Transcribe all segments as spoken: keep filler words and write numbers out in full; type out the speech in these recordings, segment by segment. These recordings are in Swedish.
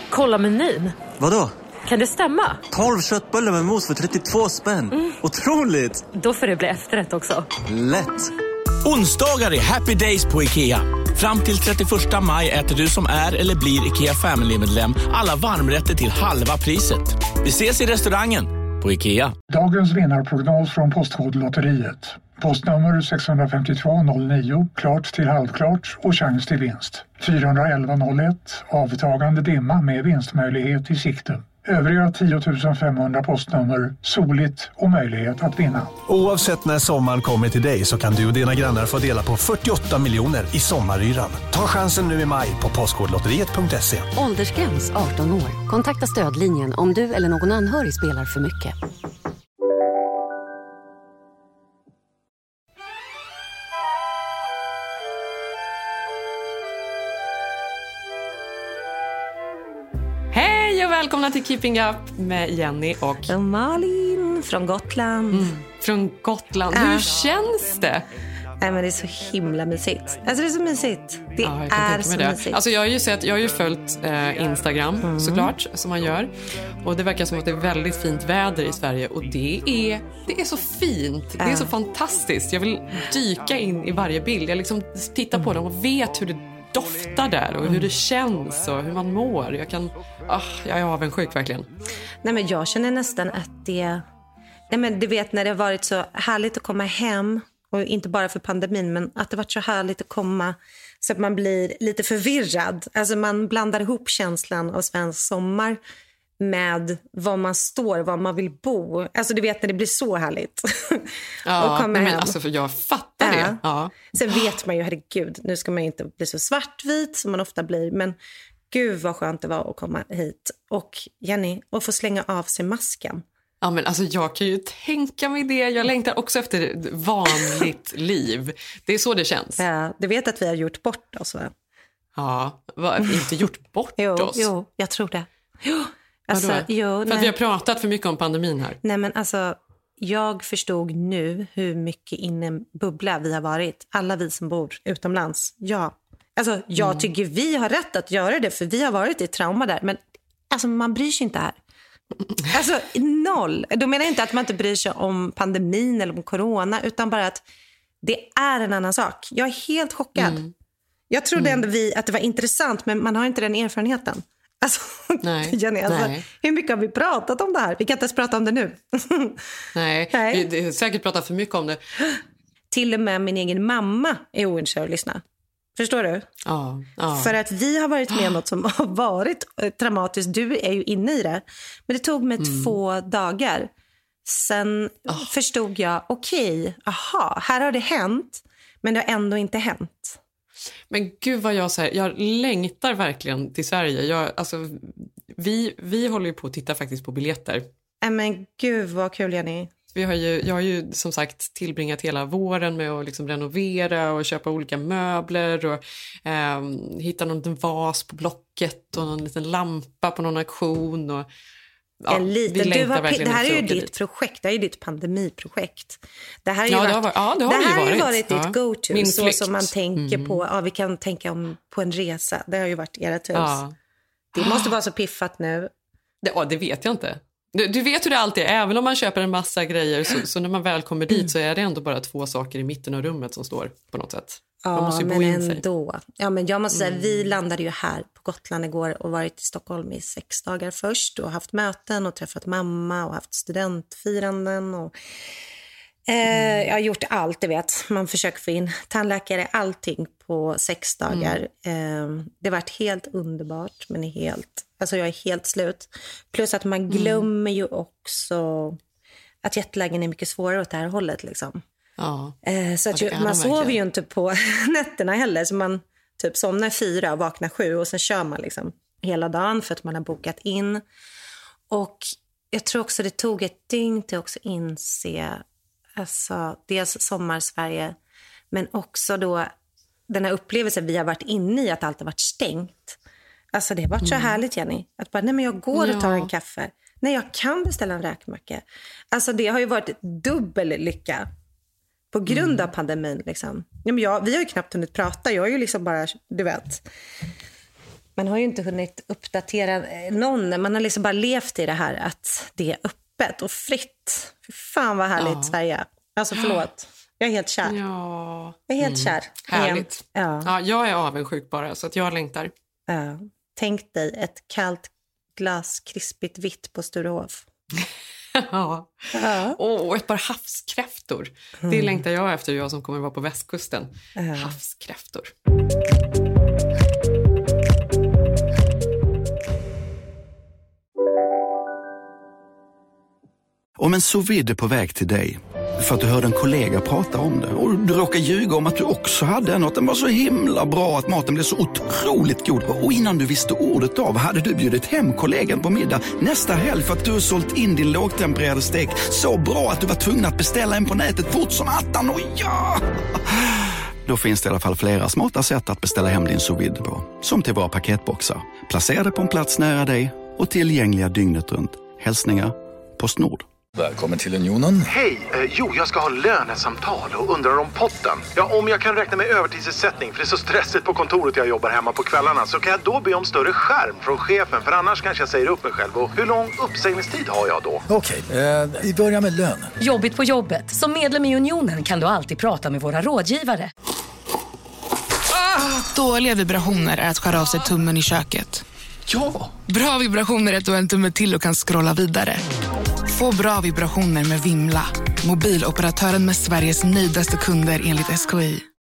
Kolla menyn. Vadå? Kan det stämma? tolv köttbullar med mos för trettiotvå spänn. Mm. Otroligt! Då får det bli efterrätt också. Lätt! Onsdagar är happy days på IKEA. Fram till trettioförsta maj äter du som är eller blir IKEA Family-medlem alla varmrätter till halva priset. Vi ses i restaurangen på IKEA. Dagens vinnarprognos från Postkodlotteriet. Postnummer sex fem två noll nio, klart till halvklart och chans till vinst. fyra ett ett noll ett, avtagande dimma med vinstmöjlighet i sikte. Övriga tio tusen femhundra postnummer, soligt och möjlighet att vinna. Oavsett när sommaren kommer till dig så kan du och dina grannar få dela på fyrtioåtta miljoner i sommaryran. Ta chansen nu i maj på postkodlotteriet punkt se. Åldersgräns arton år. Kontakta stödlinjen om du eller någon anhörig spelar för mycket. Hej och välkomna till Keeping Up med Jenny och Malin från Gotland. Mm, från Gotland. Äh. Hur känns det? Nej, men det är så himla mysigt. Alltså det är så mysigt. Det ja, är så det. mysigt. Alltså jag har ju sett, jag har ju följt eh, Instagram mm. såklart som man gör. Och det verkar som att det är väldigt fint väder i Sverige och det är det är så fint. Äh. Det är så fantastiskt. Jag vill dyka in i varje bild. Jag liksom tittar på dem och vet hur det doftar där och hur det känns och hur man mår. Jag kan ah, jag är avundsjuk verkligen. Nej, men jag känner nästan att det Nej, men du vet när det har varit så härligt att komma hem och inte bara för pandemin men att det varit så härligt att komma så att man blir lite förvirrad. Alltså man blandar ihop känslan av svensk sommar med var man står, var man vill bo. Alltså du vet när det blir så härligt. Ja, nej, men alltså för jag fattar det. Ja. Ja. Sen vet man ju, herregud, nu ska man ju inte bli så svartvit som man ofta blir. Men gud vad skönt det var att komma hit. Och Jenny, att få slänga av sig masken. Ja, men alltså jag kan ju tänka mig det. Jag längtar också efter vanligt liv. Det är så det känns. Ja, du vet att vi har gjort bort oss, va? Ja, va, inte gjort bort jo, oss. Jo, jag tror det. Jo, alltså, jo, för nej. att vi har pratat för mycket om pandemin här. Nej, men alltså, jag förstod nu hur mycket inne bubbla vi har varit. Alla vi som bor utomlands. Ja, alltså jag mm. tycker vi har rätt att göra det för vi har varit i trauma där. Men alltså man bryr sig inte här. Alltså noll. Då menar jag inte att man inte bryr sig om pandemin eller om corona utan bara att det är en annan sak. Jag är helt chockad. Mm. Jag trodde mm. ändå vi, att det var intressant men man har inte den erfarenheten. Alltså, nej, Jenny, alltså, nej. Hur mycket har vi pratat om det här? Vi kan inte ens prata om det nu. nej, nej. Vi har säkert pratat för mycket om det. Till och med min egen mamma är ointresserad att lyssna. Förstår du? Ja, ja. För att vi har varit med om något som har varit traumatiskt. Du är ju inne i det. Men det tog mig mm. två dagar. Sen oh. förstod jag, okej, okay, aha, här har det hänt. Men det har ändå inte hänt. Men gud vad jag säger, jag längtar verkligen till Sverige. Jag, alltså, vi, vi håller ju på att titta faktiskt på biljetter. Äh, men gud vad kul, Jenny. Vi har ju, jag har ju som sagt tillbringat hela våren med att liksom renovera och köpa olika möbler och eh, hitta någon liten vas på Blocket och någon liten lampa på någon auktion. Och, ja, en liten, du har, det här är ju ditt dit. projekt, det här är ju ditt pandemiprojekt. Det här, är ju ja, varit, det har, ja, det har det här ju varit, varit ja. ditt go-to. Min så flykt. som man tänker mm. på, ja, vi kan tänka om, på en resa. Det har ju varit ert hus. Ja. Det måste vara så piffat nu. Det, ja, det vet jag inte. Du, du vet hur det alltid är, även om man köper en massa grejer så, så när man väl kommer dit så är det ändå bara två saker i mitten av rummet som står på något sätt. Man ja, måste ju men bo in ändå. sig. Ja, men jag måste mm. säga, vi landade ju här på Gotland igår och varit i Stockholm i sex dagar först och haft möten och träffat mamma och haft studentfiranden och eh, mm. jag har gjort allt, du vet. Man försöker få in tandläkare, allting på sex dagar. Mm. Eh, det har varit helt underbart, men är helt, alltså jag är helt slut. Plus att man glömmer mm. ju också att jetlagen är mycket svårare åt det här hållet liksom. Ja. Eh, så att ju, man sover ju inte på nätterna heller. Så man typ somnar fyra och vaknar sju och sen kör man liksom hela dagen för att man har bokat in. Och jag tror också det tog ett dygn till också inse alltså, dels sommar-Sverige men också då den här upplevelsen vi har varit inne i att allt har varit stängt. Alltså det har varit mm. så härligt, Jenny. Att bara, nej men jag går och tar en kaffe. Nej, jag kan beställa en räkmacka. Alltså det har ju varit dubbel lycka. På grund mm. av pandemin liksom. Ja, men jag, vi har ju knappt hunnit prata. Jag är ju liksom bara, du vet. man har ju inte hunnit uppdatera någon. Man har liksom bara levt i det här att det är öppet och fritt. Fy fan vad härligt ja. Sverige. Alltså förlåt. Jag är helt kär. Ja. Jag är helt mm. kär. Härligt. Ja. Ja, jag är avundsjuk bara så att jag längtar. Ja. Tänk dig ett kallt glas krispigt vitt på Sturehof. Ja. Ja. Och ett par havskräftor. Mm. Det längtar jag efter, jag som kommer vara på västkusten. Ja. Havskräftor. Om en sous vide är på väg till dig för att du hörde en kollega prata om det och du råkar ljuga om att du också hade en och att den var så himla bra att maten blev så otroligt god. Och innan du visste ordet av hade du bjudit hem kollegan på middag nästa helg för att du har sålt in din lågtempererade stek så bra att du var tvungen att beställa en på nätet fort som attan. Och ja! Då finns det i alla fall flera smarta sätt att beställa hem din sous vide på. Som till våra paketboxar. Placerade på en plats nära dig och tillgängliga dygnet runt. Hälsningar Postnord. Välkommen till Unionen. Hej, eh, jo jag ska ha lönesamtal och undrar om potten. Ja, om jag kan räkna med övertidsersättning för det är så stressigt på kontoret jag jobbar hemma på kvällarna så kan jag då be om större skärm från chefen för annars kanske jag säger upp mig själv. Och hur lång uppsägningstid har jag då? Okej, eh, vi börjar med lön. Jobbigt på jobbet. Som medlem i Unionen kan du alltid prata med våra rådgivare. Ah, dåliga vibrationer är att skära av sig tummen i köket. Ja! Bra vibrationer är att du har en tumme till och kan scrolla vidare. Få bra vibrationer med Vimla. Mobiloperatören med Sveriges nöjdaste kunder enligt S K I.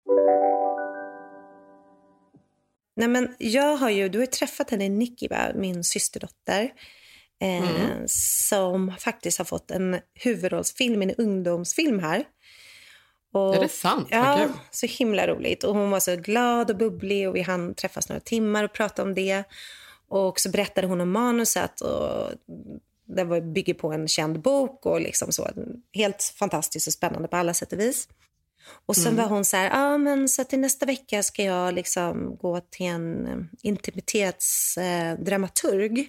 Nej, men jag har ju, du har träffat henne, Nicky, va? Min systerdotter. Eh, mm. Som faktiskt har fått en huvudrollsfilm, en ungdomsfilm här. Och, är det sant? Ja, okay. Så himla roligt. Och hon var så glad och bubblig och vi hann träffas några timmar och prata om det. Och så berättade hon om manuset och det var, bygger på en känd bok och liksom så. Helt fantastiskt och spännande på alla sätt och vis. Och sen mm. var hon så här, ja ah, men så att till nästa vecka ska jag liksom gå till en intimitetsdramaturg. Eh,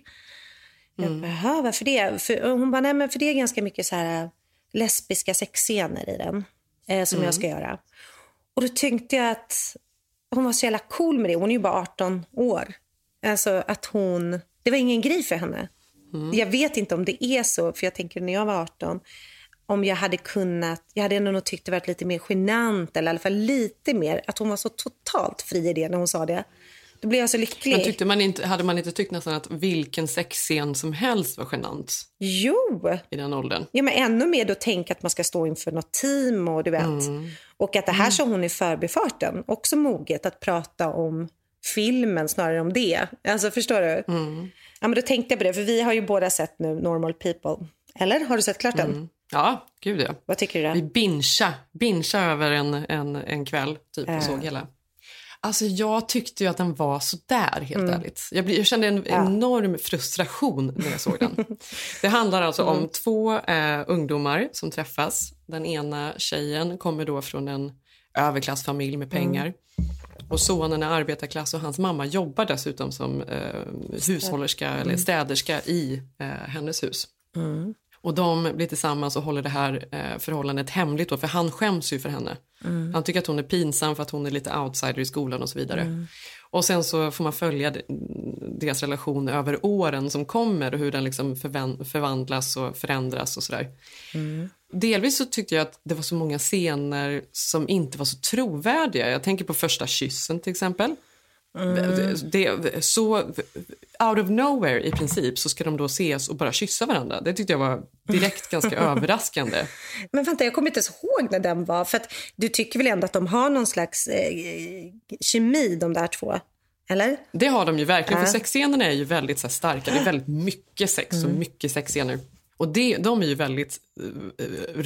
jag mm. bara, varför det? För, hon bara, nej men för det är ganska mycket så här lesbiska sexscener i den eh, som mm. jag ska göra. Och då tänkte jag att hon var så jävla cool med det. Hon är ju bara arton år. Alltså att hon, det var ingen grej för henne. Mm. Jag vet inte om det är så, för jag tänker när jag var arton, om jag hade kunnat, jag hade ändå nog tyckt det varit lite mer genant eller i alla fall lite mer, att hon var så totalt fri i det när hon sa det. Då blev jag så lycklig. Men tyckte man inte, hade man inte tyckt nästan att vilken sexscen som helst var genant? Jo! I den åldern. Ja, men ännu mer då tänka att man ska stå inför något team och du vet. Mm. Och att det här som hon i förbifarten, också moget att prata om filmen snarare om det. Alltså förstår du? Mm. Ja, men då tänkte jag på det, för vi har ju båda sett nu Normal People. Eller? Har du sett klart den? Mm. Ja, gud ja. Vad tycker du då? Vi bincha, bincha över en, en, en kväll typ och äh. såg hela. Alltså jag tyckte ju att den var så där helt mm. ärligt. Jag, blir, jag kände en ja. enorm frustration när jag såg den. Det handlar alltså mm. om två eh, ungdomar som träffas. Den ena tjejen kommer då från en överklassfamilj med pengar. Mm. Och sonen är arbetarklass och hans mamma jobbar dessutom som eh, hushållerska mm. eller städerska i eh, hennes hus. Mm. Och de blir tillsammans och håller det här eh, förhållandet hemligt då, för han skäms ju för henne. Mm. Han tycker att hon är pinsam för att hon är lite outsider i skolan och så vidare. Mm. Och sen så får man följa deras relation över åren som kommer och hur den liksom förvan- förvandlas och förändras och sådär. Mm. Delvis så tyckte jag att det var så många scener som inte var så trovärdiga. Jag tänker på första kyssen till exempel. Mm. Det, det, så out of nowhere i princip så ska de då ses och bara kyssa varandra. Det tyckte jag var direkt ganska överraskande. Men vänta, jag kommer inte så ihåg när den var. För att du tycker väl ändå att de har någon slags eh, kemi, de där två? Eller? Det har de ju verkligen, äh. för sexscenerna är ju väldigt så här, starka. Det är väldigt mycket sex och mm. mycket sexscener. Och det, de är ju väldigt uh,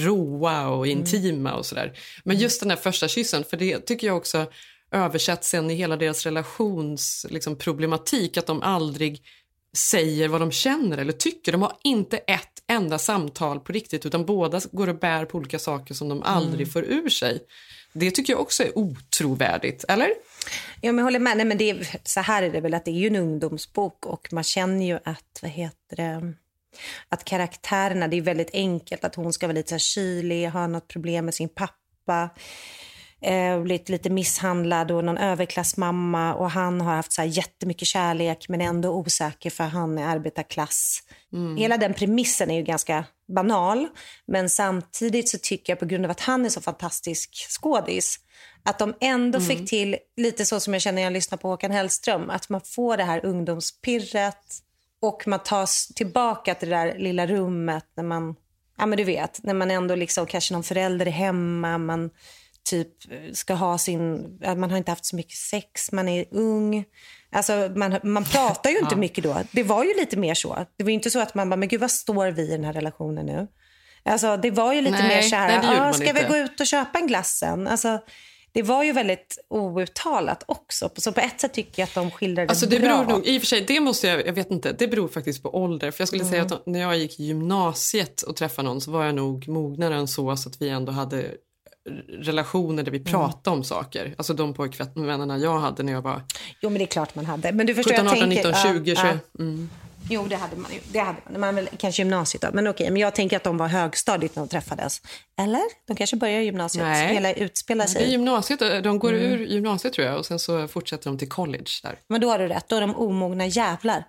roa och intima mm. och sådär. Men just den här första kyssen, för det tycker jag också översatt sen i hela deras relations liksom, problematik, att de aldrig säger vad de känner eller tycker. De har inte ett enda samtal på riktigt, utan båda går och bär på olika saker som de aldrig mm. får ur sig. Det tycker jag också är otrovärdigt, eller? Ja, men jag håller med. Nej, men det är, så här är det väl, att det är ju en ungdomsbok och man känner ju att, vad heter det, att karaktärerna, det är väldigt enkelt att hon ska vara lite så här kylig, ha något problem med sin pappa. eh, blivit lite misshandlad och någon överklassmamma, och han har haft så här jättemycket kärlek men ändå osäker för han är arbetarklass. Mm. Hela den premissen är ju ganska banal, men samtidigt så tycker jag på grund av att han är så fantastisk skådis att de ändå mm. fick till lite så som jag känner när jag lyssnar på Håkan Hellström, att man får det här ungdomspirret och man tas tillbaka till det där lilla rummet när man, ja men du vet, när man ändå liksom kanske någon förälder är hemma, man typ ska ha sin, man har inte haft så mycket sex, man är ung. Alltså man, man pratar ju inte ja. mycket då. Det var ju lite mer så. Det var ju inte så att man bara, men gud vad står vi i den här relationen nu? Alltså det var ju lite nej, mer så här, ah, ska inte. vi gå ut och köpa en glassen? Alltså det var ju väldigt outtalat också. Så på ett sätt tycker jag att de skildrade alltså, det bra. Beror nog, i och för sig, det måste jag, jag vet inte, det beror faktiskt på ålder. För jag skulle mm. säga att när jag gick i gymnasiet och träffade någon så var jag nog mognare än så, så att vi ändå hade relationer där vi pratade mm. om saker. Alltså de pojkvännerna jag hade när jag var... Jo, men det är klart man hade. Men du förstår, sjutton, jag arton, tänker, nitton, tjugo, ja, tjugo. Ja. Mm. Jo, det hade man ju. Det hade man. Man väl, kanske gymnasiet då. Men okej, men jag tänker att de var högstadiet när de träffades. Eller? De kanske börjar gymnasiet. Nej. Hela utspelar sig. Det är gymnasiet. De går mm. ur gymnasiet tror jag. Och sen så fortsätter de till college där. Men då har du rätt. Då är de omogna jävlar.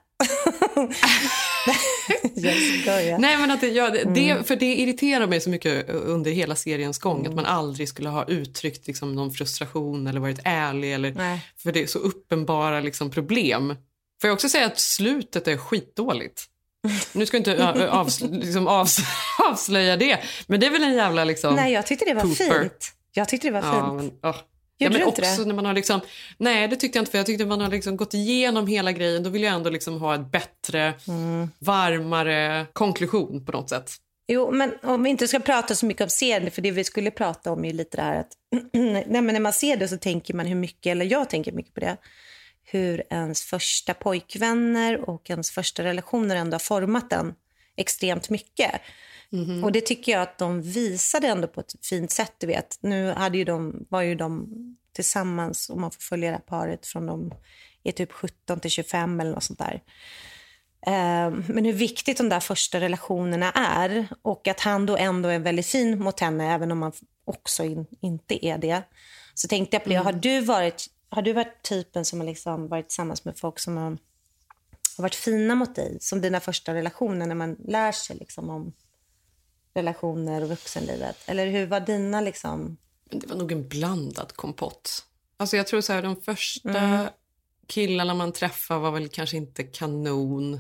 Nej, men att det, ja, det, för det irriterar mig så mycket under hela seriens gång mm. att man aldrig skulle ha uttryckt liksom, någon frustration eller varit ärlig eller, för det är så uppenbara liksom, problem. Får jag också säga att slutet är skitdåligt. Nu ska jag inte avs, liksom, avs, avslöja det, men det är väl en jävla liksom, nej, jag tyckte det var pooper. Fint. Jag tyckte det var ja, fint. Men, oh. Ja, men också det? När man har liksom, nej det tyckte jag inte, för jag tyckte man har liksom gått igenom hela grejen, då vill jag ändå liksom ha ett bättre mm. varmare konklusion på något sätt. Jo, men om vi inte ska prata så mycket om serien, för det vi skulle prata om är ju lite det här att nej, men när man ser det så tänker man hur mycket, eller jag tänker mycket på det, hur ens första pojkvänner och ens första relationer ändå har format den extremt mycket. Mm-hmm. Och det tycker jag att de visade ändå på ett fint sätt, du vet. Nu hade ju de, var ju de tillsammans, om man får följa det här paret från de är typ sjutton till tjugofem eller något sånt där. Uh, men hur viktigt de där första relationerna är, och att han då ändå är väldigt fin mot henne även om man också in, inte är det. Så tänkte jag på det, mm. har du varit har du varit typen som har liksom varit tillsammans med folk som har, har varit fina mot dig, som dina första relationer när man lär sig liksom om relationer och vuxenlivet? Eller hur var dina liksom? Det var nog en blandad kompott. Alltså jag tror så här, de första mm. killarna man träffade var väl kanske inte kanon.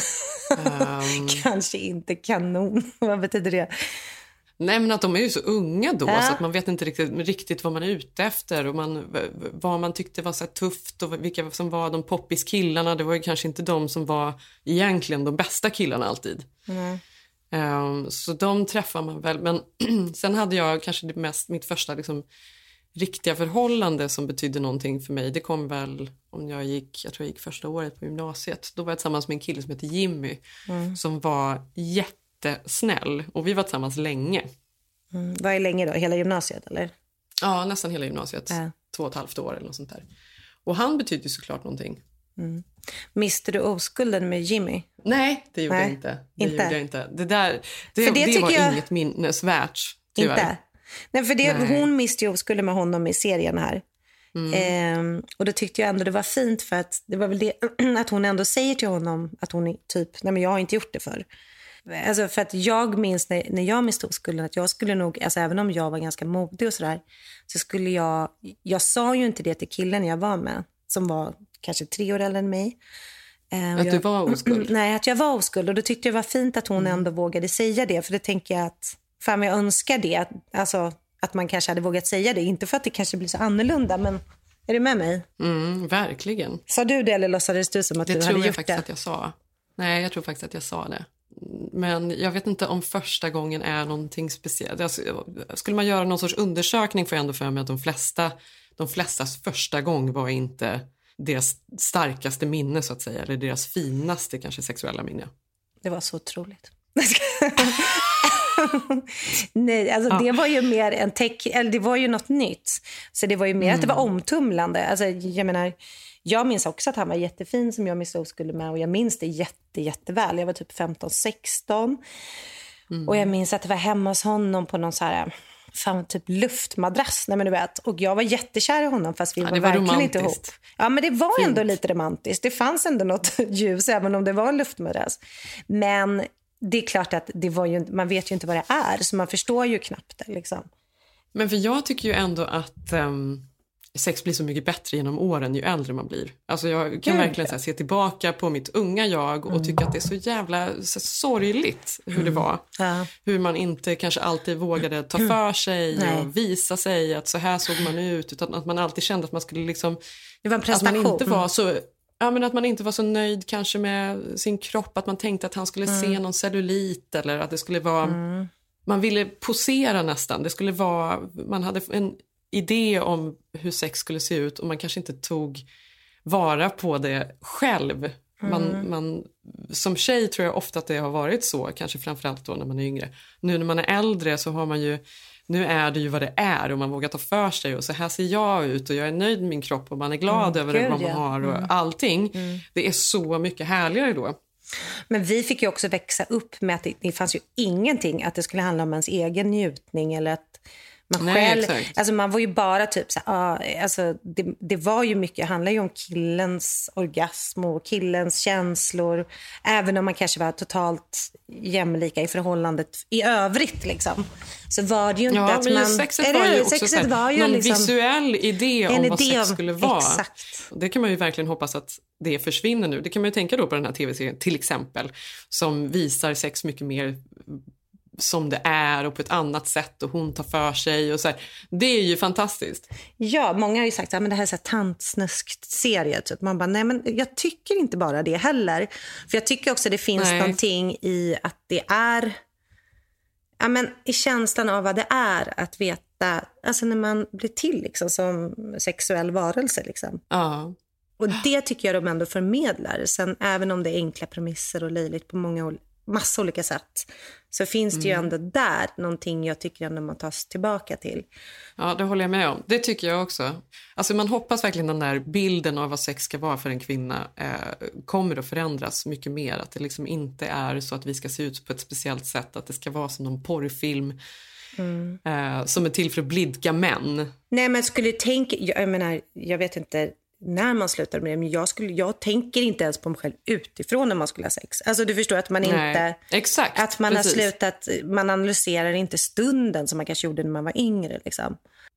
um... Kanske inte kanon. Vad betyder det? Nej, men att de är ju så unga då, ja. Så att man vet inte riktigt, riktigt vad man är ute efter och man, vad man tyckte var så här tufft och vilka som var de poppis killarna. Det var ju kanske inte de som var egentligen de bästa killarna alltid. Mm. Um, så de träffar man väl, men sen hade jag kanske det mest, mitt första liksom, riktiga förhållande som betydde någonting för mig. Det kom väl om jag gick, jag tror jag gick första året på gymnasiet. Då var jag tillsammans med en kille som heter Jimmy mm. som var jättesnäll och vi var tillsammans länge. Mm. Vad är länge då? Hela gymnasiet eller? Ja, nästan hela gymnasiet. Äh. Två och ett halvt år eller något sånt där. Och han betydde såklart någonting. Mm. Miste du oskulden med Jimmy? Nej, det gjorde Nej, jag inte. Det inte. gjorde jag inte. Det där, det, det, det var jag... inget minnesvärt, tyvärr. Inte? Nej, för det, Nej. Hon miste ju oskulden med honom i serien här. Mm. Ehm, och det tyckte jag ändå det var fint, för att det var väl det att hon ändå säger till honom att hon är typ, nej men jag har inte gjort det för. Alltså för att jag minns när, när jag miste oskulden att jag skulle nog, alltså även om jag var ganska modig och sådär, så skulle jag, jag sa ju inte det till killen jag var med, som var kanske tre år äldre än mig. Ehm, att jag, du var oskuld? Nej, att jag var oskuld, och då tyckte jag det var fint att hon mm. ändå vågade säga det, för det tänker jag att fan, jag önskar det, alltså att man kanske hade vågat säga det, inte för att det kanske blir så annorlunda, men är du med mig? Mm, verkligen. Sa du det eller låtsades du som att det du hade gjort det? Det tror jag faktiskt att jag sa. Nej, jag tror faktiskt att jag sa det. Men jag vet inte om första gången är någonting speciellt. Alltså, skulle man göra någon sorts undersökning får jag ändå för mig att de flesta, de flestas första gång var inte deras starkaste minne så att säga, eller deras finaste kanske sexuella minne. Det var så otroligt. Nej, alltså ja. Det var ju mer en tech, eller det var ju något nytt. Så det var ju mer mm. att det var omtumlande. Alltså jag menar, jag minns också att han var jättefin som jag miste oskuld med, och jag minns det jätte, jätteväl. Jag var typ femton sexton mm. och jag minns att det var hemma hos honom på någon så här, fan, typ luftmadrass. Nej, men du vet. Och jag var jättekär i honom fast vi ja, var, det var verkligen romantiskt. inte ihop. Ja, men det var Fint. ändå lite romantiskt. Det fanns ändå något ljus även om det var en luftmadrass. Men det är klart att det var ju, man vet ju inte vad det är. Så man förstår ju knappt det liksom. Men för jag tycker ju ändå att um, sex blir så mycket bättre genom åren ju äldre man blir. Alltså jag kan Gud, verkligen så här, se tillbaka på mitt unga jag och mm. tycka att det är så jävla så sorgligt hur mm. det var. Ja. Hur man inte kanske alltid vågade ta för sig Nej. och visa sig att så här såg man ut, utan att man alltid kände att man skulle liksom... Det var en prestation. Att man inte var så... Ja, men att man inte var så nöjd kanske med sin kropp, att man tänkte att han skulle mm. se någon cellulit eller att det skulle vara... Mm. Man ville posera nästan. Det skulle vara... Man hade en idé om hur sex skulle se ut och man kanske inte tog vara på det själv. Man, mm. man, som tjej tror jag ofta att det har varit så, kanske framförallt då när man är yngre. Nu när man är äldre så har man ju, nu är det ju vad det är och man vågar ta för sig och så här ser jag ut och jag är nöjd med min kropp och man är glad mm, över vad man har och mm. allting. Mm. Det är så mycket härligare då. Men vi fick ju också växa upp med att det, det fanns ju ingenting att det skulle handla om ens egen njutning eller att man Nej, själv, exakt. alltså man var ju bara typ så ah, alltså det, det var ju mycket, handlar ju om killens orgasm och killens känslor, även om man kanske var totalt jämlika i förhållandet i övrigt liksom. Så var det ju inte ja, att men man sexet var ju också sexet såhär, var ju någon liksom, visuell idé om vad sex om, skulle vara. Exakt. Det kan man ju verkligen hoppas att det försvinner nu. Det kan man ju tänka då på den här tv-serien till exempel, som visar sex mycket mer som det är och på ett annat sätt och hon tar för sig och så här. Det är ju fantastiskt. Ja, många har ju sagt att ja, det här är så här tantsnusk-serie typ. Man bara, nej men jag tycker inte bara det heller. För jag tycker också det finns nej. någonting i att det är, ja men i känslan av vad det är att veta, alltså när man blir till liksom som sexuell varelse liksom. Ja. Och det tycker jag de ändå förmedlar. Sen även om det är enkla premisser och löjligt på många massa olika sätt, så finns det ju ändå där någonting jag tycker ändå man tas tillbaka till. Ja, det håller jag med om. Det tycker jag också. Alltså man hoppas verkligen den där bilden av vad sex ska vara för en kvinna eh, kommer att förändras mycket mer. Att det liksom inte är så att vi ska se ut på ett speciellt sätt, att det ska vara som någon porrfilm mm. eh, som är till för att blidka män. Nej, men skulle tänka, jag, jag menar, jag vet inte när man slutar med det, men jag, skulle, jag tänker inte ens på mig själv utifrån när man skulle ha sex. Alltså du förstår att man inte... Nej, exakt, att man precis. har slutat, man analyserar inte stunden som man kanske gjorde när man var yngre liksom.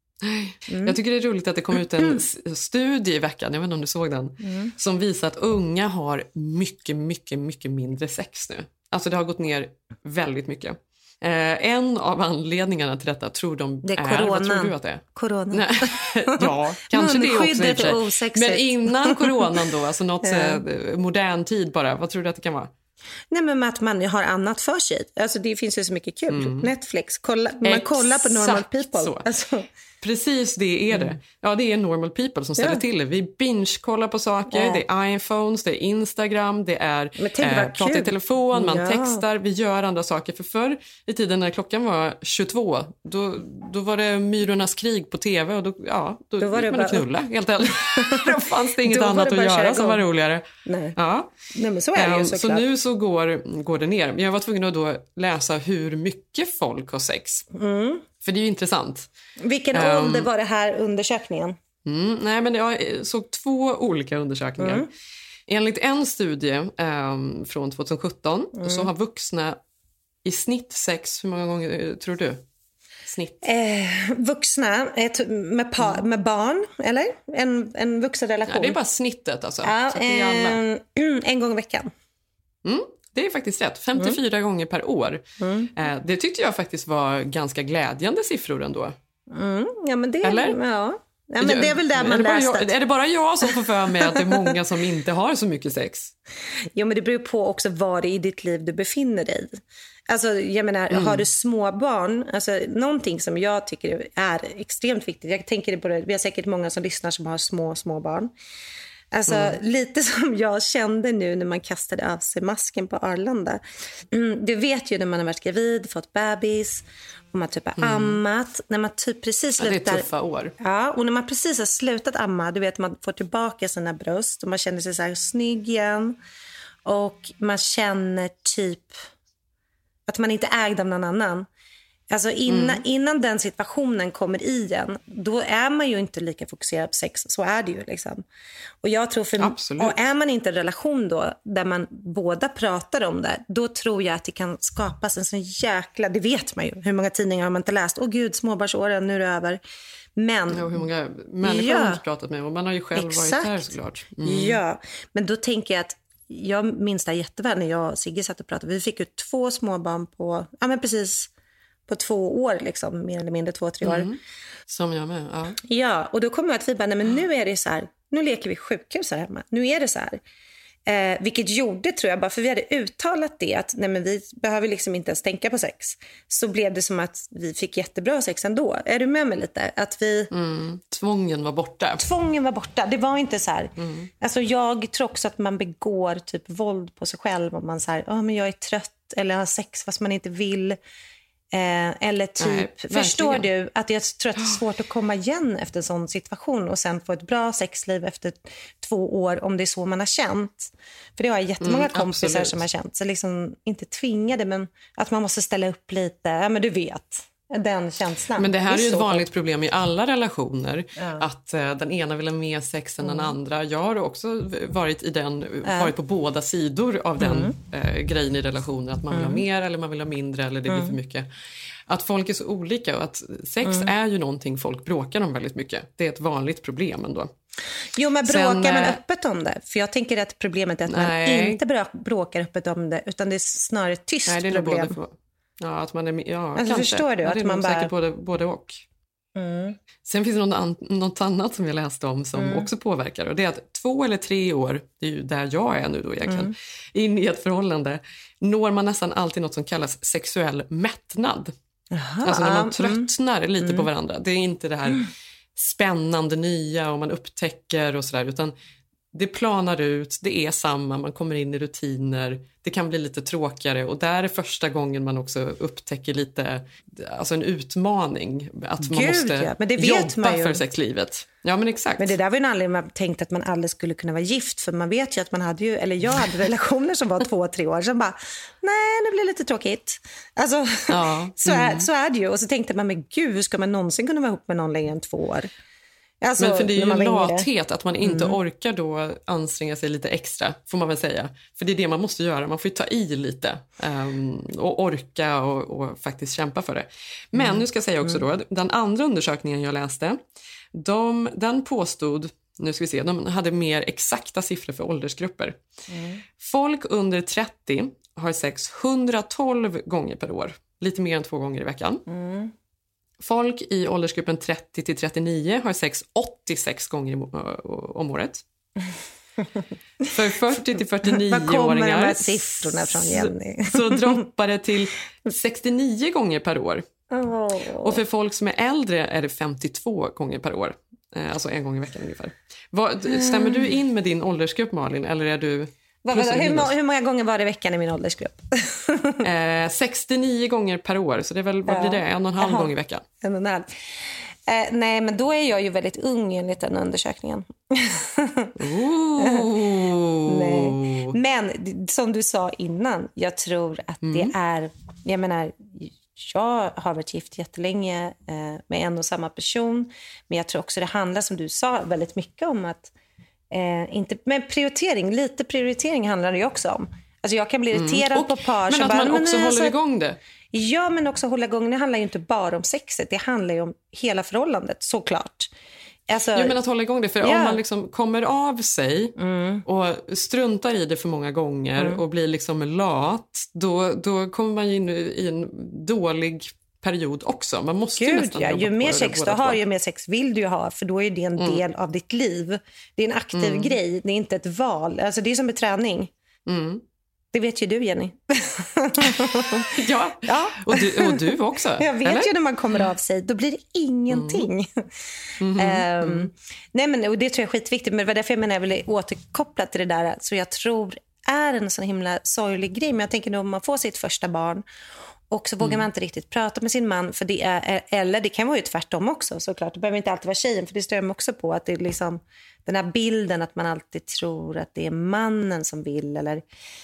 Mm. Jag tycker det är roligt att det kom ut en mm. studie i veckan, jag vet inte om du såg den, mm. som visar att unga har mycket, mycket, mycket mindre sex nu. Alltså det har gått ner väldigt mycket. Eh, en av anledningarna till detta tror de det är, är corona. Vad tror du att det är? Corona. Nej. Ja, kanske det också i och för sig. Men innan coronan då, alltså något ja. eh, modern tid bara, vad tror du att det kan vara? Nej, men att man har annat för sig. Alltså det finns ju så mycket kul. Mm. Netflix, kolla, man Exakt kollar på normal people. Så. Alltså. Precis, det är det. Mm. Ja, det är normal people som ställer ja. till det. Vi binge-kollar på saker, ja. det är iPhones, det är Instagram, det är eh, prata i telefon, man ja. textar, vi gör andra saker. För förr i tiden när klockan var tjugotvå, då, då var det Myrornas krig på tv och då, ja, då, då var gick det man bara... knulla, helt enkelt. Då fanns det inget då annat det att göra som var roligare. Nej. Ja. Nej, men så är det ju såklart. Så nu så går, går det ner. Jag var tvungen att då läsa hur mycket folk har sex. Mm. För det är ju intressant. Vilken um, ålder var det här undersökningen? Mm, nej, men jag såg två olika undersökningar. Mm. Enligt en studie um, från tjugohundrasjutton mm. så har vuxna i snitt sex, hur många gånger tror du? Snitt. Eh, vuxna ett, med, par, med barn, eller? En, en vuxenrelation. Ja, det är bara snittet alltså. Ja, så det är alla. En, en gång i veckan. Mm. Det är faktiskt rätt. femtiofyra mm. gånger per år. Mm. Eh, det tyckte jag faktiskt var ganska glädjande siffror ändå. Mm. Ja, men det, Eller? Ja. Ja, men det är väl där man är läst jag, Är det bara jag som får för mig att det är många som inte har så mycket sex? Ja, men det beror på också var det i ditt liv du befinner dig. Alltså, jag menar, mm. har du små barn, alltså någonting som jag tycker är extremt viktigt. Jag tänker på det, vi har säkert många som lyssnar som har små, små barn. Alltså mm. lite som jag kände nu när man kastade av sig masken på Arlanda. Mm, du vet ju när man har varit gravid, fått bebis och man typ har mm. ammat. När man typ precis slutar... Ja, det är tuffa år. Ja, och när man precis har slutat amma, du vet man får tillbaka sina bröst och man känner sig så här snygg igen. Och man känner typ att man inte är ägd av någon annan. Alltså innan, Mm. innan den situationen kommer i en, då är man ju inte lika fokuserad på sex. Så är det ju liksom. Och jag tror för, och är man inte i en relation då där man båda pratar om det, då tror jag att det kan skapas en sån jäkla, det vet man ju, hur många tidningar har man inte läst? Åh gud, småbarnsåren, nu är det över. Men ja, hur många människor ja, har man inte pratat med, och man har ju själv exakt. varit där såklart. Mm. Ja, men då tänker jag att jag minns det jätteväl när jag och Sigge satt och pratade. Vi fick ju två småbarn på, ja men precis på två år liksom, mer eller mindre två, tre år. Mm. Som jag med, ja. Ja, och då kommer jag att vi bara, nej men nu är det så här, nu leker vi sjukhus här hemma. Nu är det så här. Eh, vilket gjorde, tror jag, bara för vi hade uttalat det att nej men vi behöver liksom inte ens tänka på sex. Så blev det som att vi fick jättebra sex ändå. Är du med mig lite? Att vi... Mm. Tvången var borta. Tvången var borta. Det var inte så här. Mm. Alltså jag tror också att man begår typ våld på sig själv om man så här, ja men jag är trött eller har sex fast man inte vill. Eh, eller typ, Nej, förstår du att jag tror att det är svårt att komma igen efter en sån situation och sen få ett bra sexliv efter två år om det är så man har känt. För det har jag jättemånga Mm, kompisar absolut. som har känt. Så liksom inte tvingade, men att man måste ställa upp lite. Ja men du vet, den känslan. Men det här är ju ett så vanligt problem i alla relationer. Ja. Att uh, den ena vill ha mer sex än Mm. den andra. Jag har också varit i den, Ja. varit på båda sidor av den Mm. uh, grejen i relationen. Att man vill ha Mm. mer eller man vill ha mindre eller det blir Mm. för mycket. Att folk är så olika och att sex Mm. är ju någonting folk bråkar om väldigt mycket. Det är ett vanligt problem ändå. Jo, men bråkar Sen, man eh, öppet om det? För jag tänker att problemet är att Nej. man inte brå- bråkar öppet om det, utan det är snarare ett tyst Nej, det är nog problem. både för, ja, att man är, ja, Alltså, kanske. förstår du Ja, att det är man nog bara- säkert både, både och. Mm. Sen finns det något, an, något annat som jag läste om som Mm. också påverkar. Och det är att två eller tre år, det är ju där jag är nu då egentligen, Mm. in i ett förhållande når man nästan alltid något som kallas sexuell mättnad. Aha, Alltså när man mm. tröttnar lite Mm. på varandra. Det är inte det här spännande nya och man upptäcker och sådär, utan det planar ut, det är samma, man kommer in i rutiner, det kan bli lite tråkigare och där är första gången man också upptäcker lite, alltså en utmaning, att man Gud, måste ja, men det vet jobba man ju. för sexlivet. Ja, men exakt. Men det där var en anledning man tänkte att man aldrig skulle kunna vara gift, för man vet ju att man hade ju, eller jag hade relationer som var två, tre år som bara, nej, det blir lite tråkigt. Alltså, Ja, så, är, mm. så är det ju. Och så tänkte man, men gud, hur ska man någonsin kunna vara ihop med någon längre än två år? Alltså, Men för det är när ju man var yngre. lathet att man inte Mm. orkar då anstränga sig lite extra, får man väl säga. För det är det man måste göra, man får ju ta i lite um, och orka och, och faktiskt kämpa för det. Men Mm. nu ska jag säga också då, den andra undersökningen jag läste, de, den påstod, nu ska vi se, de hade mer exakta siffror för åldersgrupper. Mm. Folk under trettio har sex hundratolv gånger per år, lite mer än två gånger i veckan. Mm. Folk i åldersgruppen trettio till trettionio har sex åttiosex gånger i må- om året. För fyrtio till fyrtionio-åringar Var kommer de här siffrorna från, Jenny? så, så droppar det till sextionio gånger per år. Oh. Och för folk som är äldre är det femtiotvå gånger per år. Eh, Alltså en gång i veckan ungefär. Vad, stämmer du in med din åldersgrupp, Malin? Eller är du... Vad, plus vad, eller hur, minus? må- hur många gånger var det i veckan i min åldersgrupp? Eh, sextionio gånger per år, så det är väl, vad blir det? En och en halv Jaha. gång i veckan. En och en halv. Eh, nej, men då är jag ju väldigt ung enligt den undersökningen. Nej. Men d- som du sa innan, jag tror att Mm. det är, jag menar, jag har varit gift jättelänge eh, med en och samma person, men jag tror också det handlar, som du sa, väldigt mycket om att eh, inte, men prioritering, lite prioritering handlar det ju också om. Alltså jag kan bli irriterad Mm. Och- på par men som att bara, man men också nej, håller alltså- igång det. Ja, men också hålla igång. Det handlar ju inte bara om sexet. Det handlar ju om hela förhållandet, såklart. Alltså, Jo, men att hålla igång det. För Ja. om man liksom kommer av sig och struntar i det för många gånger Mm. och blir liksom lat, då, då kommer man ju in i en dålig period också. Man måste ju Gud, nästan ja. jobba Ju på mer det sex du båda har, två. ju mer sex vill du ju ha. För då är det en Mm. del av ditt liv. Det är en aktiv Mm. grej. Det är inte ett val. Alltså, det är som en träning. Mm. Det vet ju du, Jenny. Ja, ja. Och, du, och du också. Jag vet eller? ju när man kommer av sig, då blir det ingenting. Mhm, Ehm, mm. Nej, men, och det tror jag är skitviktigt. Men det var därför jag menar jag vill återkoppla till det där. Så jag tror är en sån himla sorglig grej. Men jag tänker nog om man får sitt första barn och så vågar Mm. man inte riktigt prata med sin man. För det är, eller det kan vara ju tvärtom också, såklart. Det behöver inte alltid vara tjejen, för det står jag mig också på. Att det är liksom den här bilden att man alltid tror att det är mannen som vill. Eller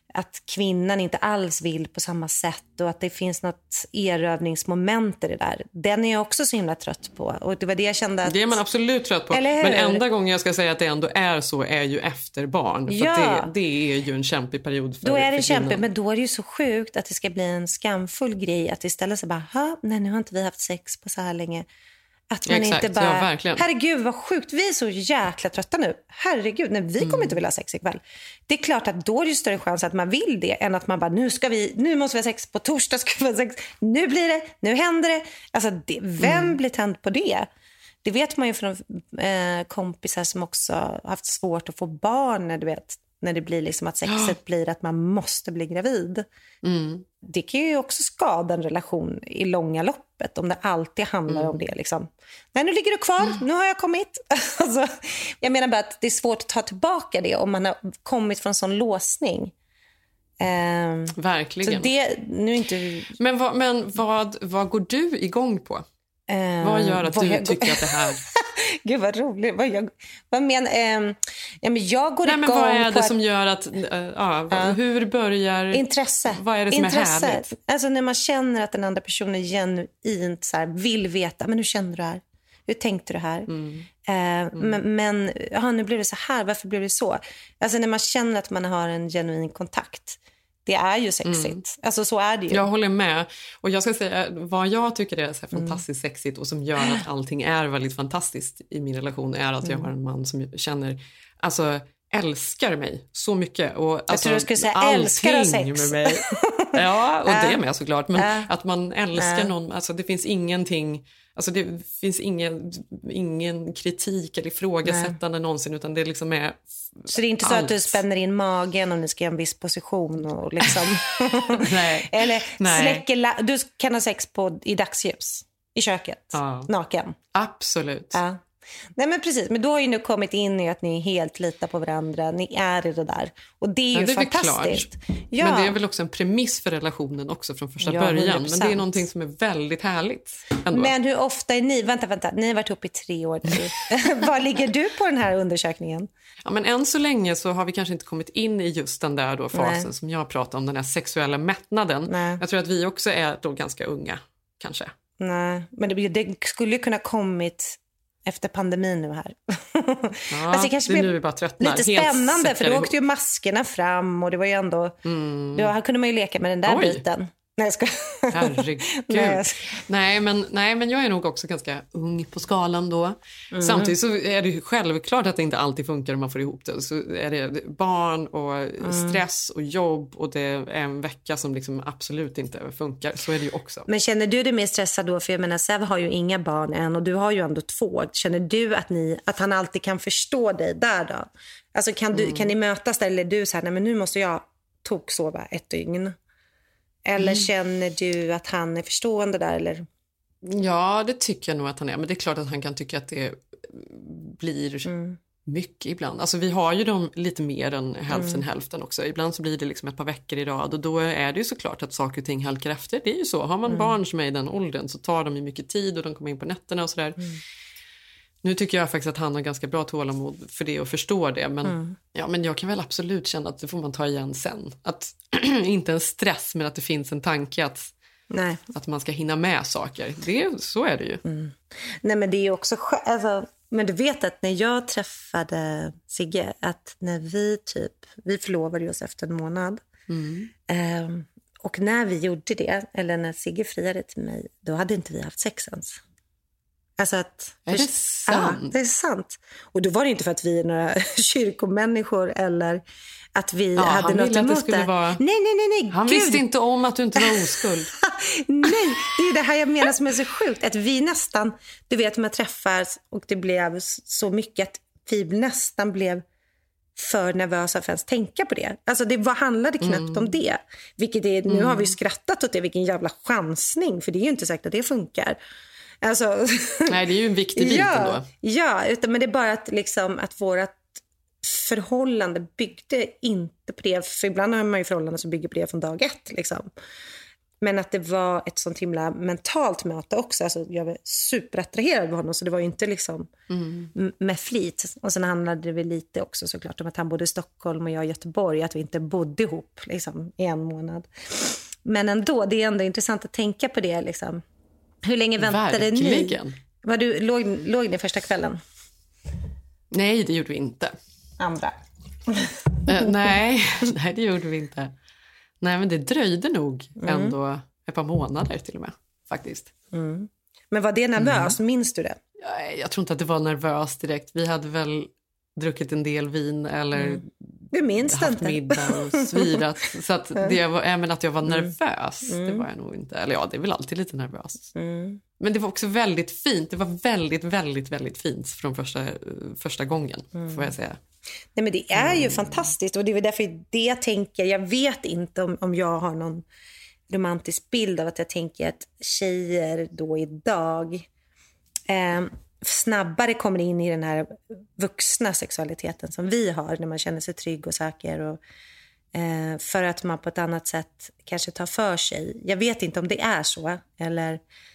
att kvinnan inte alls vill på samma sätt och att det finns något erövningsmoment i det där. Den är jag också så himla trött på. Och det var det jag kände att... Det är man absolut trött på. Men enda gången jag ska säga att det ändå är så är ju efter barn. För ja. det, det är ju en kämpig period för Då är det för kämpigt, men då är det ju så sjukt att det ska bli en skamfull grej att istället så bara, nej nu har inte vi haft sex på så här länge. Att man Exakt, inte bara, ja, verkligen. herregud vad sjukt, vi är så jäkla trötta nu. Herregud, nej, vi kommer mm. inte vilja ha sex ikväll. Det är klart att då är det ju större chans att man vill det än att man bara, nu ska vi, nu måste vi ha sex, på torsdag ska vi ha sex, nu blir det, nu händer det. Alltså, det, vem mm. blir tänd på det? Det vet man ju från eh, kompisar som också har haft svårt att få barn, när du vet, när det blir liksom att sexet ja. blir att man måste bli gravid. Mm. Det kan ju också skada en relation i långa loppet om det alltid handlar mm. om det. Liksom. Nej, nu ligger du kvar, mm. nu har jag kommit. Alltså, jag menar bara att det är svårt att ta tillbaka det om man har kommit från en sån låsning. Um, Verkligen. Så det, nu inte... Men, vad, men vad, vad går du igång på? Um, vad gör att vad du jag... tycker att det här... Gud vad roligt. Vad, jag, vad men, eh, ja, men jag går Nej, igång men vad är det att, som gör att... Uh, uh, uh. Hur börjar... Intresse. Vad är det som Intresse. är härligt? Alltså när man känner att den andra personen genuint så här, vill veta. Men hur kände du här? Hur tänkte du här? Mm. Eh, mm. Men, men aha, nu blev det så här. Varför blev det så? Alltså när man känner att man har en genuin kontakt. Det är ju sexigt. Mm. Alltså så är det ju. Jag håller med. Och jag ska säga vad jag tycker är så här fantastiskt mm. sexigt och som gör att allting är väldigt fantastiskt i min relation är att mm. jag har en man som känner, alltså älskar mig så mycket. Och, jag alltså, tror du skulle säga älskar och sex. Med mig. Ja, och det med såklart. Men att man älskar någon, alltså det finns ingenting... Alltså det finns ingen, ingen kritik eller ifrågasättande Nej. någonsin, utan det liksom är så det är inte så allt. Att du spänner in magen och ni ska ha en viss position och liksom Nej. eller Nej. släcker la- du kan ha sex på i dagsljus i köket ja. naken. Absolut. Ja. Nej men precis, men då har ju nu kommit in i att ni helt litar på varandra, ni är i det där och det är ju ja, det är fantastiskt. Ja. Men det är väl också en premiss för relationen också från första ja, början, hundra procent. Men det är någonting som är väldigt härligt ändå. Men hur ofta är ni, vänta vänta, ni har varit uppe i tre år Var ligger du på den här undersökningen? Ja, men än så länge så har vi kanske inte kommit in i just den där då fasen Nej. Som jag pratar om, den här sexuella mättnaden. Nej. Jag tror att vi också är då ganska unga kanske. Nej, men det, det skulle ju kunna kommit efter pandemin nu här. Ja, alltså det kanske det är nu vi bara tröttnar. Lite spännande, för då åkte ju maskerna fram och det var ju ändå... Mm. Då kunde man ju leka med den där Oj. biten. Nej, jag ska... Herregud. nej, jag ska... nej, men, nej, men jag är nog också ganska ung på skalan då. Mm. Samtidigt så är det ju självklart att det inte alltid funkar om man får ihop det. Så är det barn och mm. stress och jobb och det är en vecka som liksom absolut inte funkar. Så är det ju också. Men känner du dig mer stressad då? För jag menar, Sev har ju inga barn än och du har ju ändå två. Känner du att, ni, att han alltid kan förstå dig där då? Alltså kan, du, mm. kan ni mötas där, eller är du så här, nej men nu måste jag tok sova ett dygn? Eller mm. känner du att han är förstående där? Eller? Ja, det tycker jag nog att han är. Men det är klart att han kan tycka att det blir mm. mycket ibland. Alltså vi har ju dem lite mer än hälften mm. hälften också. Ibland så blir det liksom ett par veckor i rad. Och då är det ju såklart att saker och ting halkar efter. Det är ju så. Har man mm. barn som är i den åldern så tar de ju mycket tid och de kommer in på nätterna och sådär. Mm. Nu tycker jag faktiskt att han har ganska bra tålamod för det och förstår det. Men, mm. ja, men jag kan väl absolut känna att det får man ta igen sen. Att inte en stress, men att det finns en tanke att, Nej. att man ska hinna med saker. Det, så är det ju. Mm. Nej, men det är ju också... Alltså, men du vet att när jag träffade Sigge, att när vi typ... Vi förlovade oss efter en månad. Mm. Eh, och när vi gjorde det, eller när Sigge friade till mig, då hade inte vi haft sex ens. Alltså att, är det sant? Ja, det är sant. Och då var det inte för att vi är några kyrkomänniskor eller att vi ja, hade något emot det. Vara... Nej, nej, nej, nej. Han Gud. visste inte om att du inte var oskuld. Nej, det är det här jag menar som är så sjukt. Att vi nästan, du vet, man träffas och det blev så mycket att vi nästan blev för nervösa för att ens tänka på det. Alltså det var, handlade knappt mm. om det. Vilket är, nu mm. har vi skrattat åt det, vilken jävla chansning. För det är ju inte säkert att det funkar. Alltså, nej, det är ju en viktig bit ja, ändå. Ja, utan, men det är bara att, liksom, att vårat förhållande byggde inte på det. För ibland har man ju förhållanden som bygger på det från dag ett. Liksom. Men att det var ett sånt himla mentalt möte också. Alltså, jag var superattraherad av honom, så det var ju inte liksom mm. med flit. Och sen handlade det väl lite också såklart om att han bodde i Stockholm och jag i Göteborg. Att vi inte bodde ihop liksom, i en månad. Men ändå, det är ändå intressant att tänka på det. Liksom. Hur länge väntade Verkligen. ni? Var du, låg, låg ni första kvällen? Nej, det gjorde vi inte. Andra? uh, nej, nej, det gjorde vi inte. Nej, men det dröjde nog ändå mm. ett par månader till och med, faktiskt. Mm. Men var det nervös? Mm. Minns du det? Jag, jag tror inte att det var nervös direkt. Vi hade väl druckit en del vin eller mm. du minns haft inte. middag och svirat. Så att, det var, även att jag var nervös, mm. det var jag nog inte. Eller ja, det är väl alltid lite nervös. Mm. Men det var också väldigt fint. Det var väldigt, väldigt, väldigt fint från första, första gången, mm. får jag säga. Nej, men det är ju mm. fantastiskt, och det är därför det jag tänker, jag vet inte om, om jag har någon romantisk bild av att jag tänker att tjejer då idag eh, snabbare kommer in i den här vuxna sexualiteten som vi har när man känner sig trygg och säker, och eh, för att man på ett annat sätt kanske tar för sig. Jag vet inte om det är så, eller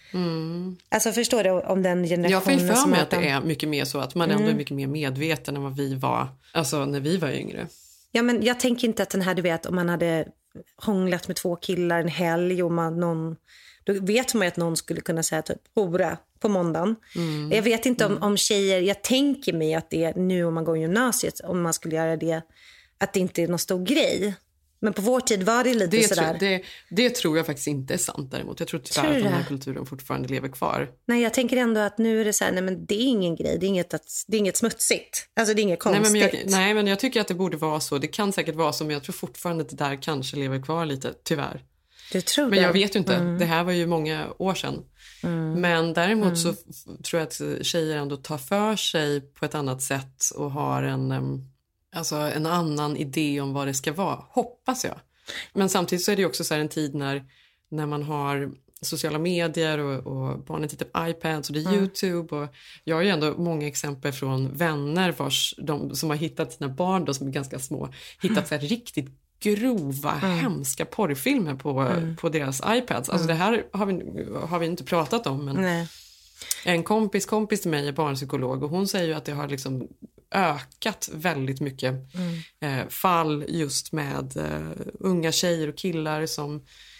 mm. alltså förstår du om den generationen. Jag får för mig att de... det är mycket mer så att man mm. ändå är mycket mer medveten än vad vi var, alltså när vi var yngre. Ja, men jag tänker inte att den här, du vet, om man hade hånglat med två killar en helg och man någon, då vet man ju att någon skulle kunna säga typ hora på måndagen. Mm. Jag vet inte om, mm. om tjejer, jag tänker mig att det är nu om man går i gymnasiet, om man skulle göra det, att det inte är någon stor grej. Men på vår tid var det lite det sådär. Tro, det, det tror jag faktiskt inte är sant däremot. Jag tror tyvärr tror att den här kulturen fortfarande lever kvar. Nej, jag tänker ändå att nu är det så här, nej men det är ingen grej. Det är inget, att, det är inget smutsigt. Alltså det är inget konstigt. Nej men, jag, nej, men jag tycker att det borde vara så. Det kan säkert vara så, men jag tror fortfarande att det där kanske lever kvar lite, tyvärr. Du tror men det? Jag vet ju inte. Mm. Det här var ju många år sedan. Mm. Men däremot mm. så f- tror jag att tjejer ändå tar för sig på ett annat sätt och har en, um, alltså en annan idé om vad det ska vara. Hoppas jag. Men samtidigt så är det ju också så här en tid när, när man har sociala medier och, och barnen tittar på iPads och det är mm. YouTube. Och jag har ju ändå många exempel från vänner vars, de, som har hittat sina barn då, som är ganska små, hittat mm. så här riktigt grova, mm. hemska porrfilmer på, mm. på deras iPads. Alltså mm. det här har vi, har vi inte pratat om, men Nej. en kompis kompis till mig är barnpsykolog och hon säger ju att det har liksom ökat väldigt mycket mm. eh, fall just med eh, unga tjejer och killar som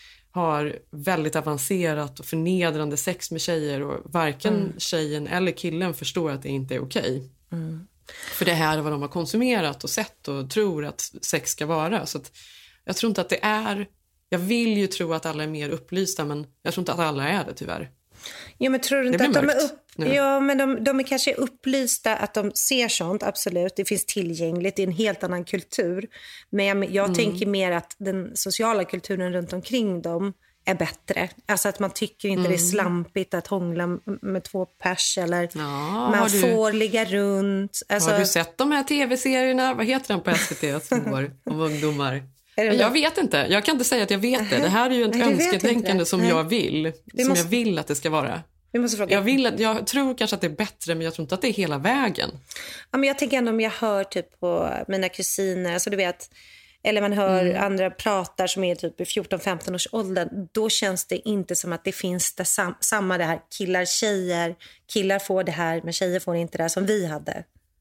har väldigt avancerat och förnedrande sex med tjejer, och varken mm. tjejen eller killen förstår att det inte är okej. Mm. För det här är vad de har konsumerat och sett och tror att sex ska vara. Så att jag tror inte att det är... Jag vill ju tro att alla är mer upplysta, men jag tror inte att alla är det tyvär. Ja, men tror du inte att de är upp... Ja, men de, de är kanske upplysta att de ser sånt, absolut. Det finns tillgängligt, det är en helt annan kultur. Men jag, jag mm. tänker mer att den sociala kulturen runt omkring dem är bättre. Alltså att man tycker inte mm. det är slampigt att hångla med två pers, eller ja, man du, får ligga runt. Alltså... Har du sett de här tv-serierna? Vad heter den på S V T som går om ungdomar? Jag vet inte. Jag kan inte säga att jag vet det. Det här är ju ett Nej, önsketänkande som Nej. jag vill. Vi som måste... jag vill att det ska vara. Vi måste fråga. Jag, vill att, jag tror kanske att det är bättre, men jag tror inte att det är hela vägen. Ja, men jag tänker ändå om jag hör typ på mina kusiner, alltså du vet, eller man hör mm. andra pratar som är typ i fjorton femton års ålder, då känns det inte som att det finns det sam- samma det här killar, tjejer, killar får det här men tjejer får inte det här som vi hade.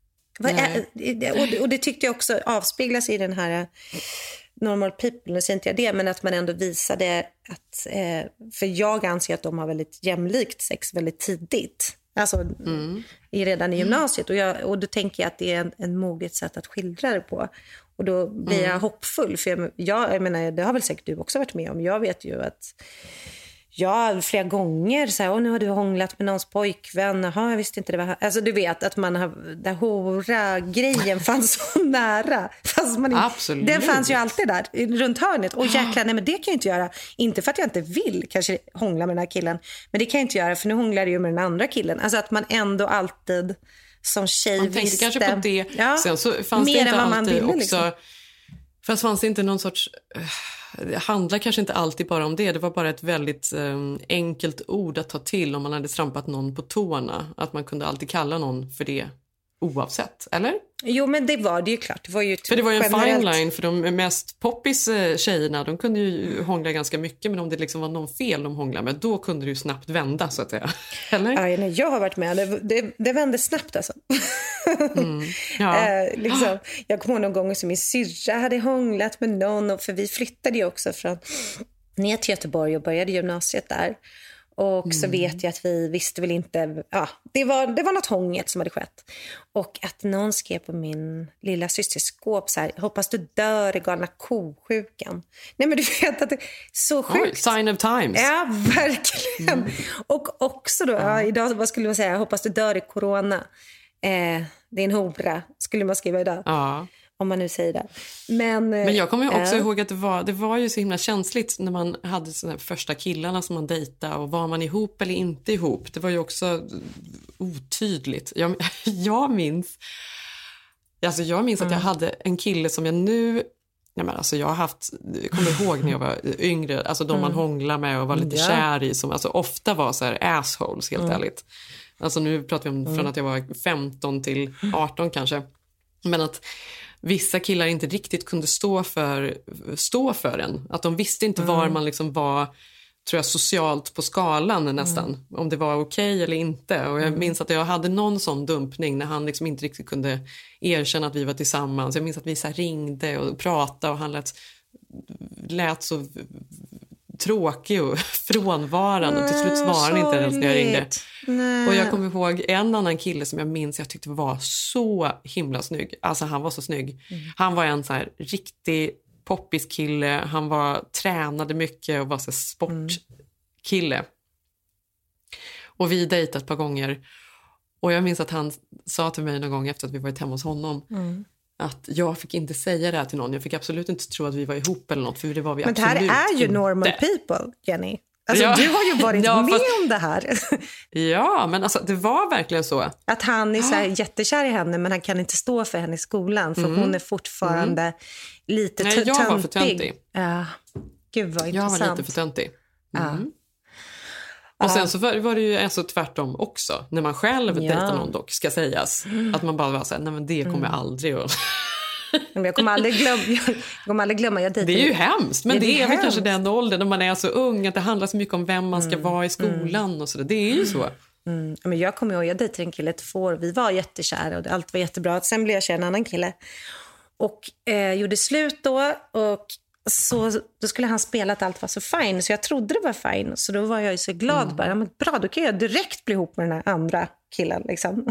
Är, och, det, och det tyckte jag också avspeglas i den här Normal People, nu säger inte jag det, men att man ändå visade att, eh, för jag anser att de har väldigt jämlikt sex väldigt tidigt. Alltså mm. i, redan i gymnasiet. Och, jag, och då tänker jag att det är en, en moget sätt att skildra det på. Och då blir mm. jag hoppfull. För jag, jag, jag menar, det har väl säkert du också varit med om. Jag vet ju att jag flera gånger så här, åh, nu har du hånglat med någons pojkvän. Jaha, jag visste inte det var. Alltså du vet att man har, där hora-grejen fanns så nära. Fast man Absolut. Den fanns ju alltid där, runt hörnet. Och jäklar, nej men det kan jag inte göra. Inte för att jag inte vill kanske hångla med den här killen. Men det kan jag inte göra, för nu hånglar jag ju med den andra killen. Alltså att man ändå alltid som tjej man visste. Man tänkte kanske på det. Ja, sen så fanns mer det inte än vad man alltid ville, också... liksom. Fast fanns det inte någon sorts... Det handlar kanske inte alltid bara om det. Det var bara ett väldigt um, enkelt ord att ta till om man hade trampat någon på tårna. Att man kunde alltid kalla någon för det oavsett, eller? Jo, men det var det ju klart. Det var ju för det var ju en generellt... fine line för de mest poppis tjejerna. De kunde ju hångla ganska mycket, men om det liksom var någon fel de hånglade med, då kunde det ju snabbt vända, så att säga. Eller? Ja, nej, jag har varit med. Det, det, det vände snabbt alltså. Mm. Ja. eh, liksom, jag kommer ihåg någon gång som min syrra hade hånglat med någon. Och för vi flyttade ju också från ner till Göteborg och började gymnasiet där. Och så Mm. vet jag att vi visste väl inte, ja, det var, det var något hånget som hade skett. Och att någon skrev på min lilla systers skåp så här: hoppas du dör i galna kosjukan. Nej, men du vet att det är så sjukt. Oj, sign of times. Ja, verkligen. Mm. Och också då, ja, idag, vad skulle man säga, hoppas du dör i corona. Eh, det är en hora, skulle man skriva idag. Ja. Om man nu säger det. Men, Men jag kommer också äh, ihåg att det var, det var ju så himla känsligt när man hade såna första killarna som man dejtade, och var man ihop eller inte ihop. Det var ju också otydligt. Jag, jag minns alltså jag minns mm. att jag hade en kille som jag nu nej men alltså jag har haft, jag kommer ihåg när jag var yngre, alltså de man mm. hånglade med och var lite ja. kär i, som alltså ofta var så här assholes, helt mm. ärligt. Alltså nu pratar vi om mm. från att jag var femton till arton kanske. Men att vissa killar inte riktigt kunde stå för, stå för en. Att de visste inte mm. var man liksom var, tror jag, socialt på skalan nästan. Mm. Om det var okej eller inte. Och jag mm. minns att jag hade någon sån dumpning när han liksom inte riktigt kunde erkänna att vi var tillsammans. Jag minns att vi så här ringde och pratade och han lät, lät så tråkig och frånvarande. Och till slut svarade han inte ens när jag ringde. Nej. Och jag kommer ihåg en annan kille som jag minns jag tyckte var så himla snygg. Alltså han var så snygg. Mm. Han var en så här riktig poppis kille. Han var tränade mycket och var så sportkille. Mm. Och vi dejtade ett par gånger. Och jag minns att han sa till mig någon gång efter att vi varit hemma hos honom. Mm. Att jag fick inte säga det här till någon. Jag fick absolut inte tro att vi var ihop eller något. För det var vi men det här absolut är ju inte. Normal people, Jenny. Alltså ja. du har ju varit ja, med fast... om det här. Ja, men alltså det var verkligen så. Att han är så här jättekär i henne, men han kan inte stå för henne i skolan. För mm. hon är fortfarande mm. lite t- Nej, jag töntig. var för töntig. Ja, gud vad intressant. Jag var lite för töntig. Mm. Ja. Och sen så var, var det ju alltså tvärtom också. När man själv ja. dejtar någon dock, ska sägas. Mm. Att man bara var så här, nej men det kommer mm. jag aldrig att... Men jag kommer aldrig glömma, jag kommer aldrig glömma jag dejtar. Det är ju hemskt, men ja, det, det är, är väl kanske den åldern när man är så ung att det handlar så mycket om vem man ska mm. vara i skolan mm. och så där. Det är ju så. Mm. Men jag kommer ihåg, jag dejtade en kille ett år. Vi var jättekära och allt var jättebra. Sen blev jag kär en annan kille. Och eh, gjorde slut då och så då skulle han spela att allt var så fine. Så jag trodde det var fine. Så då var jag ju så glad. Mm. Bara, men bra, då kan jag direkt bli ihop med den här andra killen. Liksom.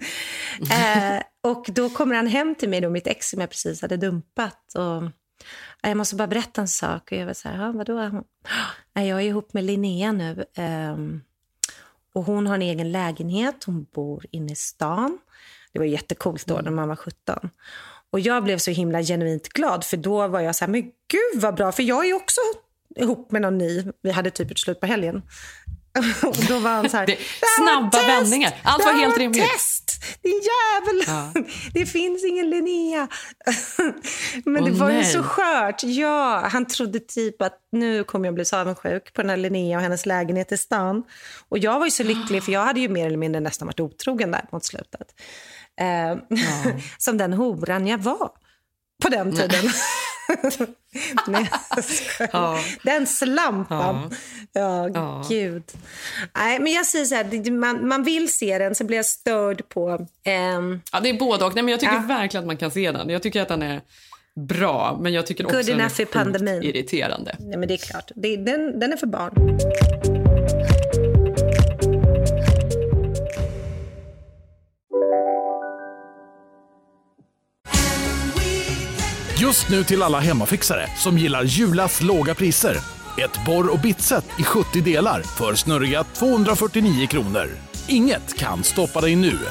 eh, och då kommer han hem till mig, då, mitt ex som jag precis hade dumpat. Och jag måste bara berätta en sak. Och jag var så här, vadå? Jag är ihop med Linnea nu. Eh, och hon har en egen lägenhet. Hon bor inne i stan. Det var jättekult då när man var sjutton. Och jag blev så himla genuint glad. För då var jag så här, men gud vad bra. För jag är ju också ihop med någon ny. Vi hade typ ett slut på helgen. Och då var han så här, det, snabba var vändningar. Allt var, var helt rimligt. Test! Din jävel! Ja. Det finns ingen Linnea. Men oh, det var nej. ju så skört. Ja, han trodde typ att nu kommer jag bli så avundsjuk på den här Linnea och hennes lägenhet i stan. Och jag var ju så lycklig för jag hade ju mer eller mindre nästan varit otrogen där mot slutet. Eh, ja. Som den horan jag var på den tiden. Nej, ja. Den slampan. Ja, ja, ja. Gud. Nej, men jag säger så här, man, man vill se den, så blir jag störd på... Um... Ja, det är både och. Nej, men jag tycker ja. verkligen att man kan se den. Jag tycker att den är bra, men jag tycker också att den är sjukt pandemin. irriterande. Nej, men det är klart. Det, den, den är för barn. Just nu till alla hemmafixare som gillar Julas låga priser. Ett borr- och bitset i sjuttio delar för snurriga tvåhundrafyrtionio kronor. Inget kan stoppa dig nu.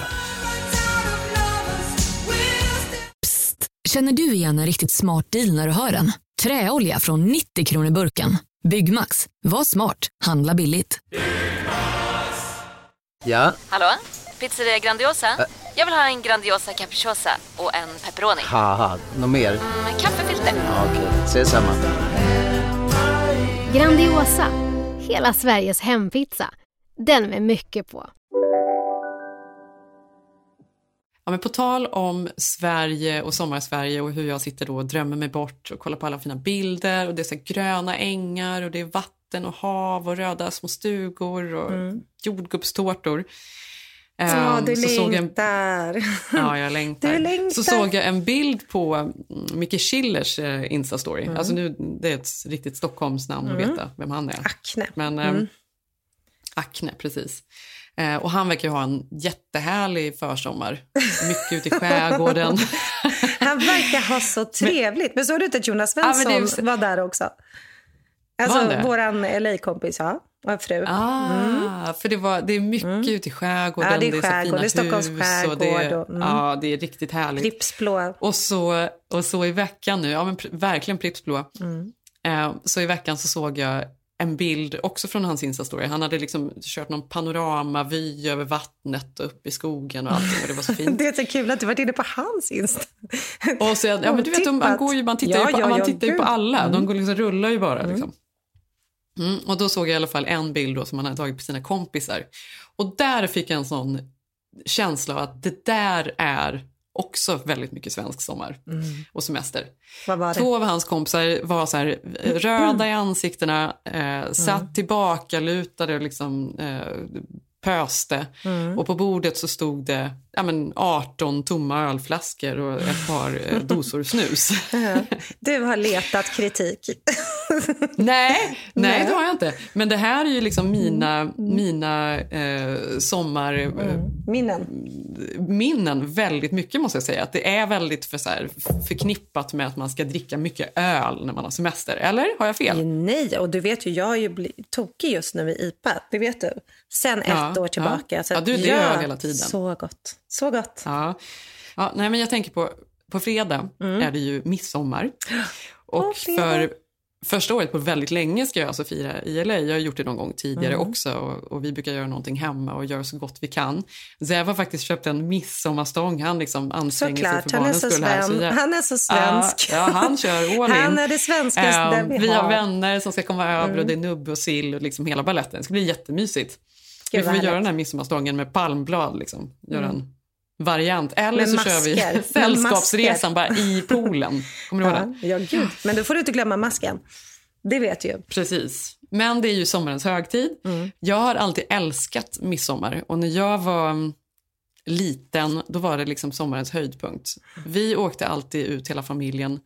Psst, känner du igen en riktigt smart deal när du hör den? Träolja från nittio kronor burken. Byggmax, var smart, handla billigt. Ja? Hallå? Pizzeria Grandiosa? Ä- Jag vill ha en Grandiosa capriciosa och en pepperoni. Haha, något mer? Mm, kaffefilter. Ja, okej, okay. Ses samma. Grandiosa, hela Sveriges hempizza. Den med mycket på. Ja, men på tal om Sverige och sommar-Sverige och hur jag sitter då och drömmer mig bort och kollar på alla fina bilder och det är så gröna ängar och det är vatten och hav och röda små stugor och mm. jordgubbstårtor. Ja, um, du så längtar. Såg jag, ja, jag längtar. Du längtar. Så såg jag en bild på Micke Schillers eh, Insta-story. Mm. Alltså nu, det är ett riktigt Stockholmsnamn mm. att veta vem han är. Acne. Men, mm. eh, Acne, precis. Eh, och han verkar ju ha en jättehärlig försommar. Mycket ute i skärgården. Han verkar ha så trevligt. Men, men såg du inte att Jonas Svensson ja, det... var där också? Alltså var våran L A-kompis, ja. Och fru. Ah, mm. För det, var, det är mycket mm. ute i skärgården. Ja, det är skärgård, det är så fina det är Stockholms skärgård. Och det, och, mm. Ja, det är riktigt härligt. Pripsblå. Och så, och så i veckan nu, ja men verkligen Pripsblå. Mm. Eh, så i veckan så såg jag en bild också från hans Insta-story. Han hade liksom kört någon panoramavy över vattnet och upp i skogen och allting. Och det var så fint. Det är så kul att du varit inne på hans Insta. Och så, ja men du vet, man, går ju, man tittar ja, ju på, ja, man tittar ju på alla. Mm. De går liksom, rullar ju bara liksom. Mm, och då såg jag i alla fall en bild då som han hade tagit på sina kompisar. Och där fick jag en sån känsla av att det där är också väldigt mycket svensk sommar mm. och semester. Vad var det? Två av hans kompisar var så här röda mm. i ansiktena, eh, satt mm. tillbaka, lutade och liksom eh, pöste. Mm. Och på bordet så stod det ja, men arton tomma ölflaskor och ett par eh, dosor snus. Du har letat kritik. nej, nej, nej, det har jag inte. Men det här är ju liksom mina, mm. mina eh, sommar... Eh, mm. Minnen. Minnen väldigt mycket måste jag säga. Att det är väldigt för, så här, förknippat med att man ska dricka mycket öl när man har semester. Eller? Har jag fel? Nej, och du vet ju, jag är ju bli- tokig just nu i I P A. Det vet du. Sen ja, ett år tillbaka. Ja, så ja du det ja, öl hela tiden. Så gott. Så gott. Ja. Ja, nej, men jag tänker på, på fredag mm. är det ju midsommar. Och för första året på väldigt länge ska jag alltså fira i L A. Jag har gjort det någon gång tidigare mm. också. Och, och vi brukar göra någonting hemma och göra så gott vi kan. Zev har faktiskt köpt en midsommarstång. Han liksom anstränger sig för barnens skull här. Så jag, han är så svensk. Ja, ja, han kör all in. Han är det svenskaste um, vi har. Vi har vänner som ska komma över mm. och det är nubbe och sill och liksom hela balletten. Det ska bli jättemysigt. Gud, vi får göra den här midsommarstången med palmblad. Liksom. Göra mm. en variant. Eller med så masker. Kör vi sällskapsresan bara i poolen. Kommer du ja, ihåg det? Ja, gud. Men då får du inte glömma masken. Det vet du ju. Precis. Men det är ju sommarens högtid. Mm. Jag har alltid älskat midsommar. Och när jag var liten, då var det liksom sommarens höjdpunkt. Vi åkte alltid ut hela familjen.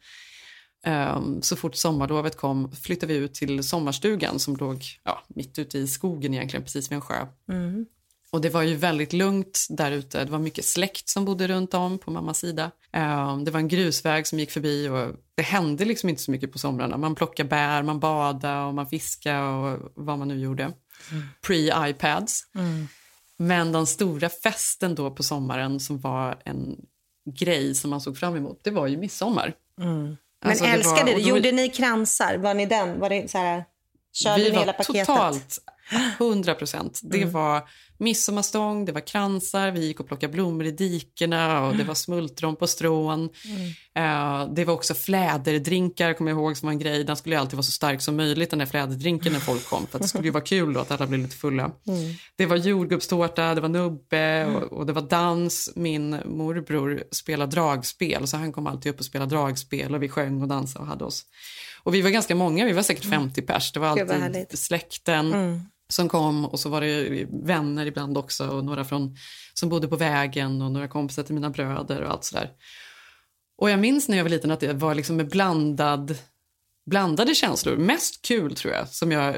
Um, så fort sommarlovet kom flyttade vi ut till sommarstugan som låg ja, mitt ute i skogen egentligen, precis vid en sjö. Mm. Och det var ju väldigt lugnt där ute. Det var mycket släkt som bodde runt om på mammas sida. Um, det var en grusväg som gick förbi och det hände liksom inte så mycket på somrarna. Man plockade bär, man badade och man fiskade och vad man nu gjorde. Mm. Pre-iPads. Mm. Men den stora festen då på sommaren som var en grej som man såg fram emot, det var ju midsommar. Mm. Men alltså, älskade det? Var, då... Gjorde ni kransar? Var ni den? Var det så här, körde vi ni hela paketet? Vi var totalt hundra procent. Det mm. var midsommarstång, det var kransar, vi gick och plockade blommor i dikerna och det var smultron på strån. Mm. Uh, det var också fläderdrinkar, kommer jag ihåg, som var en grej. Den skulle ju alltid vara så stark som möjligt, den där fläderdrinken när folk kom. För att det skulle ju vara kul då att alla blev lite fulla. Mm. Det var jordgubbstårta, det var nubbe mm. och, och det var dans. Min morbror spelade dragspel, så han kom alltid upp och spelade dragspel och vi sjöng och dansade och hade oss. Och vi var ganska många, vi var säkert femtio pers. Det var alltid släkten mm. som kom och så var det vänner ibland också och några från, som bodde på vägen och några kompisar till mina bröder och allt sådär. Och jag minns när jag var liten att det var liksom med blandad, blandade känslor. Mest kul tror jag, som jag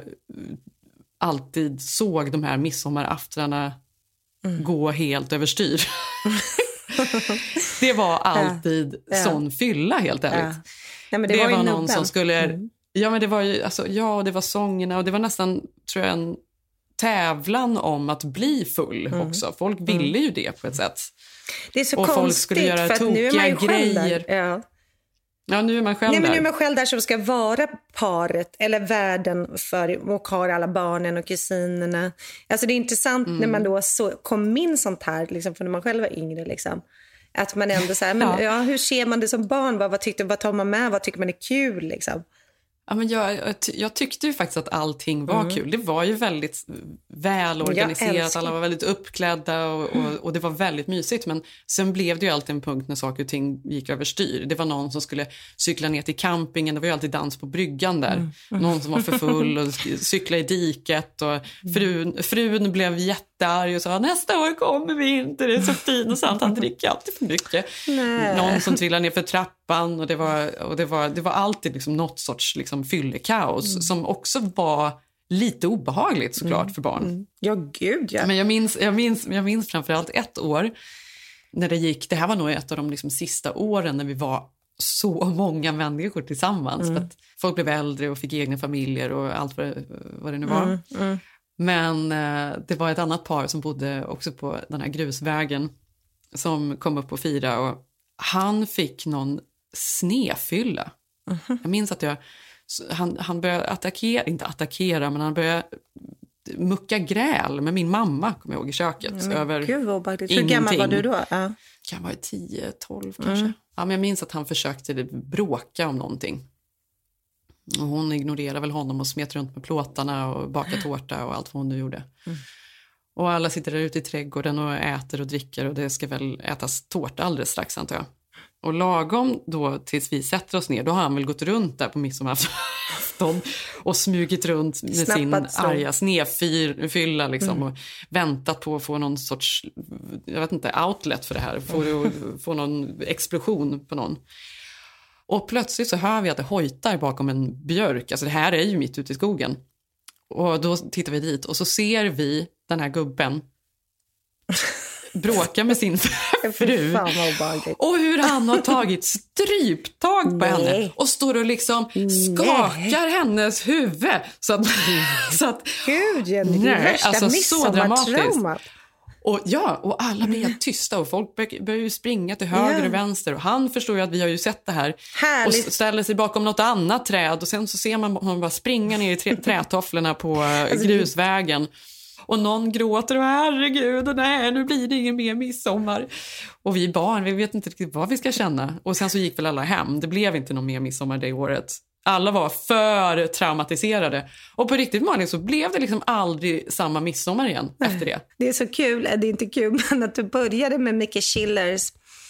alltid såg de här midsommaraftrarna mm. gå helt överstyr. Det var alltid ja. sån fylla, helt ärligt. Ja. Ja, men det, det var, var någon nubben. som skulle... Mm. Ja, men det var ju... Alltså, ja, det var sångerna och det var nästan, tror jag, en tävlan om att bli full mm. också. Folk ville mm. ju det på ett sätt. Det är så och konstigt, folk skulle göra för att nu är man ju grejer. Där. Ja. Ja, nu är man själv Nej, men där. nu är man själv där som ska vara paret eller värden för och har alla barnen och kusinerna. Alltså det är intressant mm. när man då så, kom in sånt här, liksom, för när man själv var yngre, liksom. Att man ändå så här, men, ja. Ja, hur ser man det som barn? Vad, vad, tyckte, vad tar man med? Vad tycker man är kul? Liksom? Ja, men jag, jag, jag tyckte ju faktiskt att allting var mm. kul. Det var ju väldigt välorganiserat. Alla var väldigt uppklädda och, och, och det var väldigt mysigt. Men sen blev det ju alltid en punkt när saker och ting gick överstyr. Det var någon som skulle cykla ner till campingen. Det var ju alltid dans på bryggan där. Mm. Mm. Någon som var för full och cykla i diket. Och frun, frun blev jättearg och sa nästa år kommer vi inte. Det är så fint och sant. Han dricker alltid för mycket. Nej. Någon som trillade ner för trappan. Och det var, och det var, det var alltid liksom något sorts liksom fyllekaos mm. som också var lite obehagligt såklart mm. för barn. Mm. Ja, gud ja. Men jag minns, jag, minns, jag minns framförallt ett år när det gick, det här var nog ett av de liksom sista åren när vi var så många människor tillsammans. Mm. För att folk blev äldre och fick egna familjer och allt vad det, vad det nu var. Mm. Mm. Men eh, det var ett annat par som bodde också på den här grusvägen som kom upp och fira och han fick någon snefylla. Mm-hmm. Jag minns att jag, han, han började attackera, inte attackera, men han började mucka gräl med min mamma, kommer jag ihåg, i köket. Men över gud vad obehagligt. Hur gammal var du då? Ja. Kan vara tio tolv kanske. Mm. Ja, men jag minns att han försökte bråka om någonting. Och hon ignorerade väl honom och smet runt med plåtarna och bakade tårta och allt vad hon nu gjorde. Mm. Och alla sitter där ute i trädgården och äter och dricker och det ska väl ätas tårta alldeles strax, antar jag. Och lagom då tills vi sätter oss ner, då har han väl gått runt där på midsommarafton och smugit runt med Snappat sin arga snefylla liksom, mm. och väntat på att få någon sorts, jag vet inte, outlet för det här. Få, få någon explosion på någon. Och plötsligt så hör vi att det hojtar bakom en björk. Alltså det här är ju mitt ute i skogen. Och då tittar vi dit och så ser vi den här gubben bråka med sin fru. Och hur han har tagit stryptag på Nej. henne. Och står och liksom skakar Nej. hennes huvud. Så att... så att Gud, Jenny, det är värsta alltså, så dramatiskt. Och ja, och alla blir helt tysta och folk börjar ju springa till höger yeah. och vänster. Och han förstår ju att vi har ju sett det här. Härligt. Och ställer sig bakom något annat träd. Och sen så ser man honom bara springa ner i trä- trätofflorna på alltså, grusvägen. Och någon gråter och herregud, och nej, nu blir det ingen mer midsommar. Och vi barn, vi vet inte riktigt vad vi ska känna. Och sen så gick väl alla hem. Det blev inte någon mer midsommar det året. Alla var för traumatiserade. Och på riktigt Malin så blev det liksom aldrig samma midsommar igen efter det. Det är så kul, det är inte kul, men att du började med Micke Schillers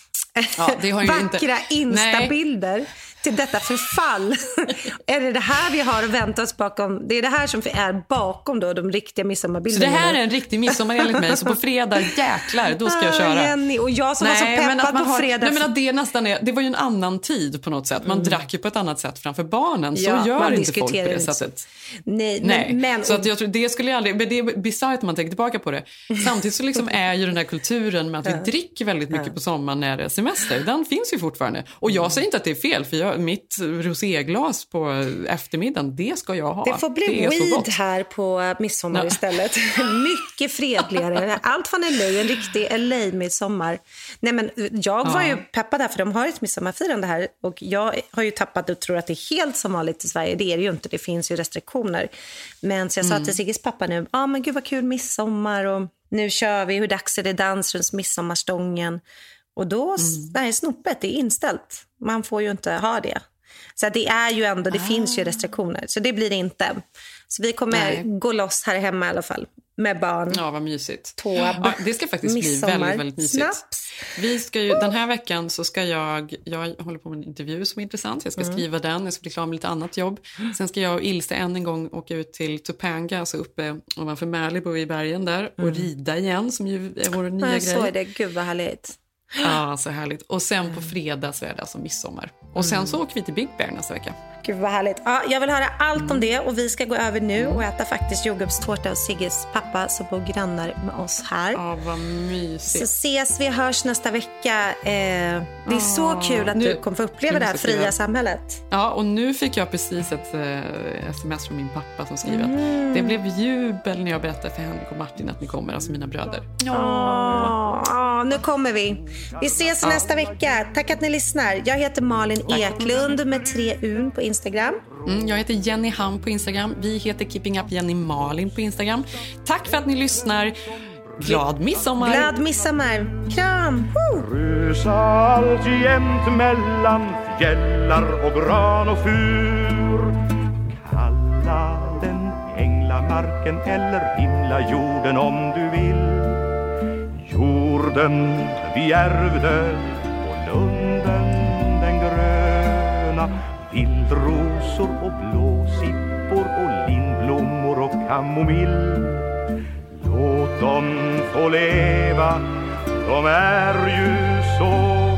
ja, det har ju vackra inte... instabilder. Nej. Till detta förfall. Är det det här vi har att vänta oss bakom? Det är det här som är bakom då, de riktiga midsommarbilderna. Så det här är en riktig midsommar enligt mig. Så på fredag, jäklar, då ska jag köra. Jenny, och jag som nej, var så peppad på har, fredag. Nej, men att det nästan är, det var ju en annan tid på något sätt. Man mm. drack ju på ett annat sätt framför barnen. Så ja, gör inte folk på det sättet. Nej, nej. Men, men, så att jag tror, det skulle jag aldrig, men det är bisarrt när man tänker tillbaka på det. Samtidigt så liksom är ju den här kulturen med att vi dricker väldigt mycket på sommaren när det är semester. Den finns ju fortfarande. Och jag säger inte att det är fel, för jag, mitt roséglas på eftermiddagen, det ska jag ha. Det får bli det weed här på midsommar ja. istället. Mycket fredligare. Allt från L A, en riktig L A-midsommar. Nej, men jag var ja. ju peppad där, för de har ett midsommarfirande här. Och jag har ju tappat och tror att det är helt som vanligt i Sverige. Det är det ju inte, det finns ju restriktioner. Men så jag sa mm. till Sigges pappa nu, ja ah, men gud vad kul midsommar, och nu kör vi, hur dags är det dans runt midsommarstången. Och då, mm. det här snoppet är inställt. Man får ju inte ha det. Så det är ju ändå, det ah. finns ju restriktioner. Så det blir det inte. Så vi kommer Nej. gå loss här hemma i alla fall. Med barn. Ja, vad mysigt. Tåb, ja, det ska faktiskt midsommar. bli väldigt, väldigt mysigt. Snaps. Vi ska ju, den här veckan så ska jag, jag håller på med en intervju som är intressant. Jag ska mm. skriva den, jag ska bli klar med lite annat jobb. Sen ska jag och Ilse än en gång åka ut till Topanga, alltså uppe ovanför Malibu i bergen där. Och mm. rida igen, som ju är vår nya grej. Så är det, gud vad härligt. Ja, så härligt. Och sen på fredag så är det alltså midsommar. Och sen så åker vi till Big Bear nästa vecka. Gud vad härligt. Ja, jag vill höra allt om det. Och vi ska gå över nu och äta faktiskt jordgubbstårta och Sigges pappa som bor grannar med oss här. Ja, vad mysigt. Så ses vi, hörs nästa vecka. eh, Det är ja, så kul att nu, du kommer få uppleva det här fria skriva. samhället. Ja, och nu fick jag precis ett eh, sms från min pappa som skriver mm. att det blev jubel när jag berättade för Henrik och Martin att ni kommer, alltså mina bröder. Ja, ja, nu kommer vi. Vi ses ja. nästa vecka. Tack att ni lyssnar. Jag heter Malin Eklund med tre un på Instagram. Mm, jag heter Jenny Ham på Instagram. Vi heter Keeping Up Jenny Malin på Instagram. Tack för att ni lyssnar. Glad midsommar. Glad midsommar. Kram. Rösa allt jämt mellan fjällar och gran och fur. himla marken eller himla jorden om du vill. Jorden vi ärvde och lunden den gröna, vildrosor och blåsippor och lindblommor och kamomill. Låt dem få leva, de är ju så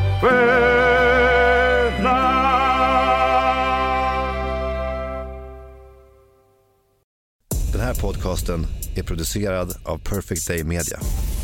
sköna. Den här podcasten är producerad av Perfect Day Media.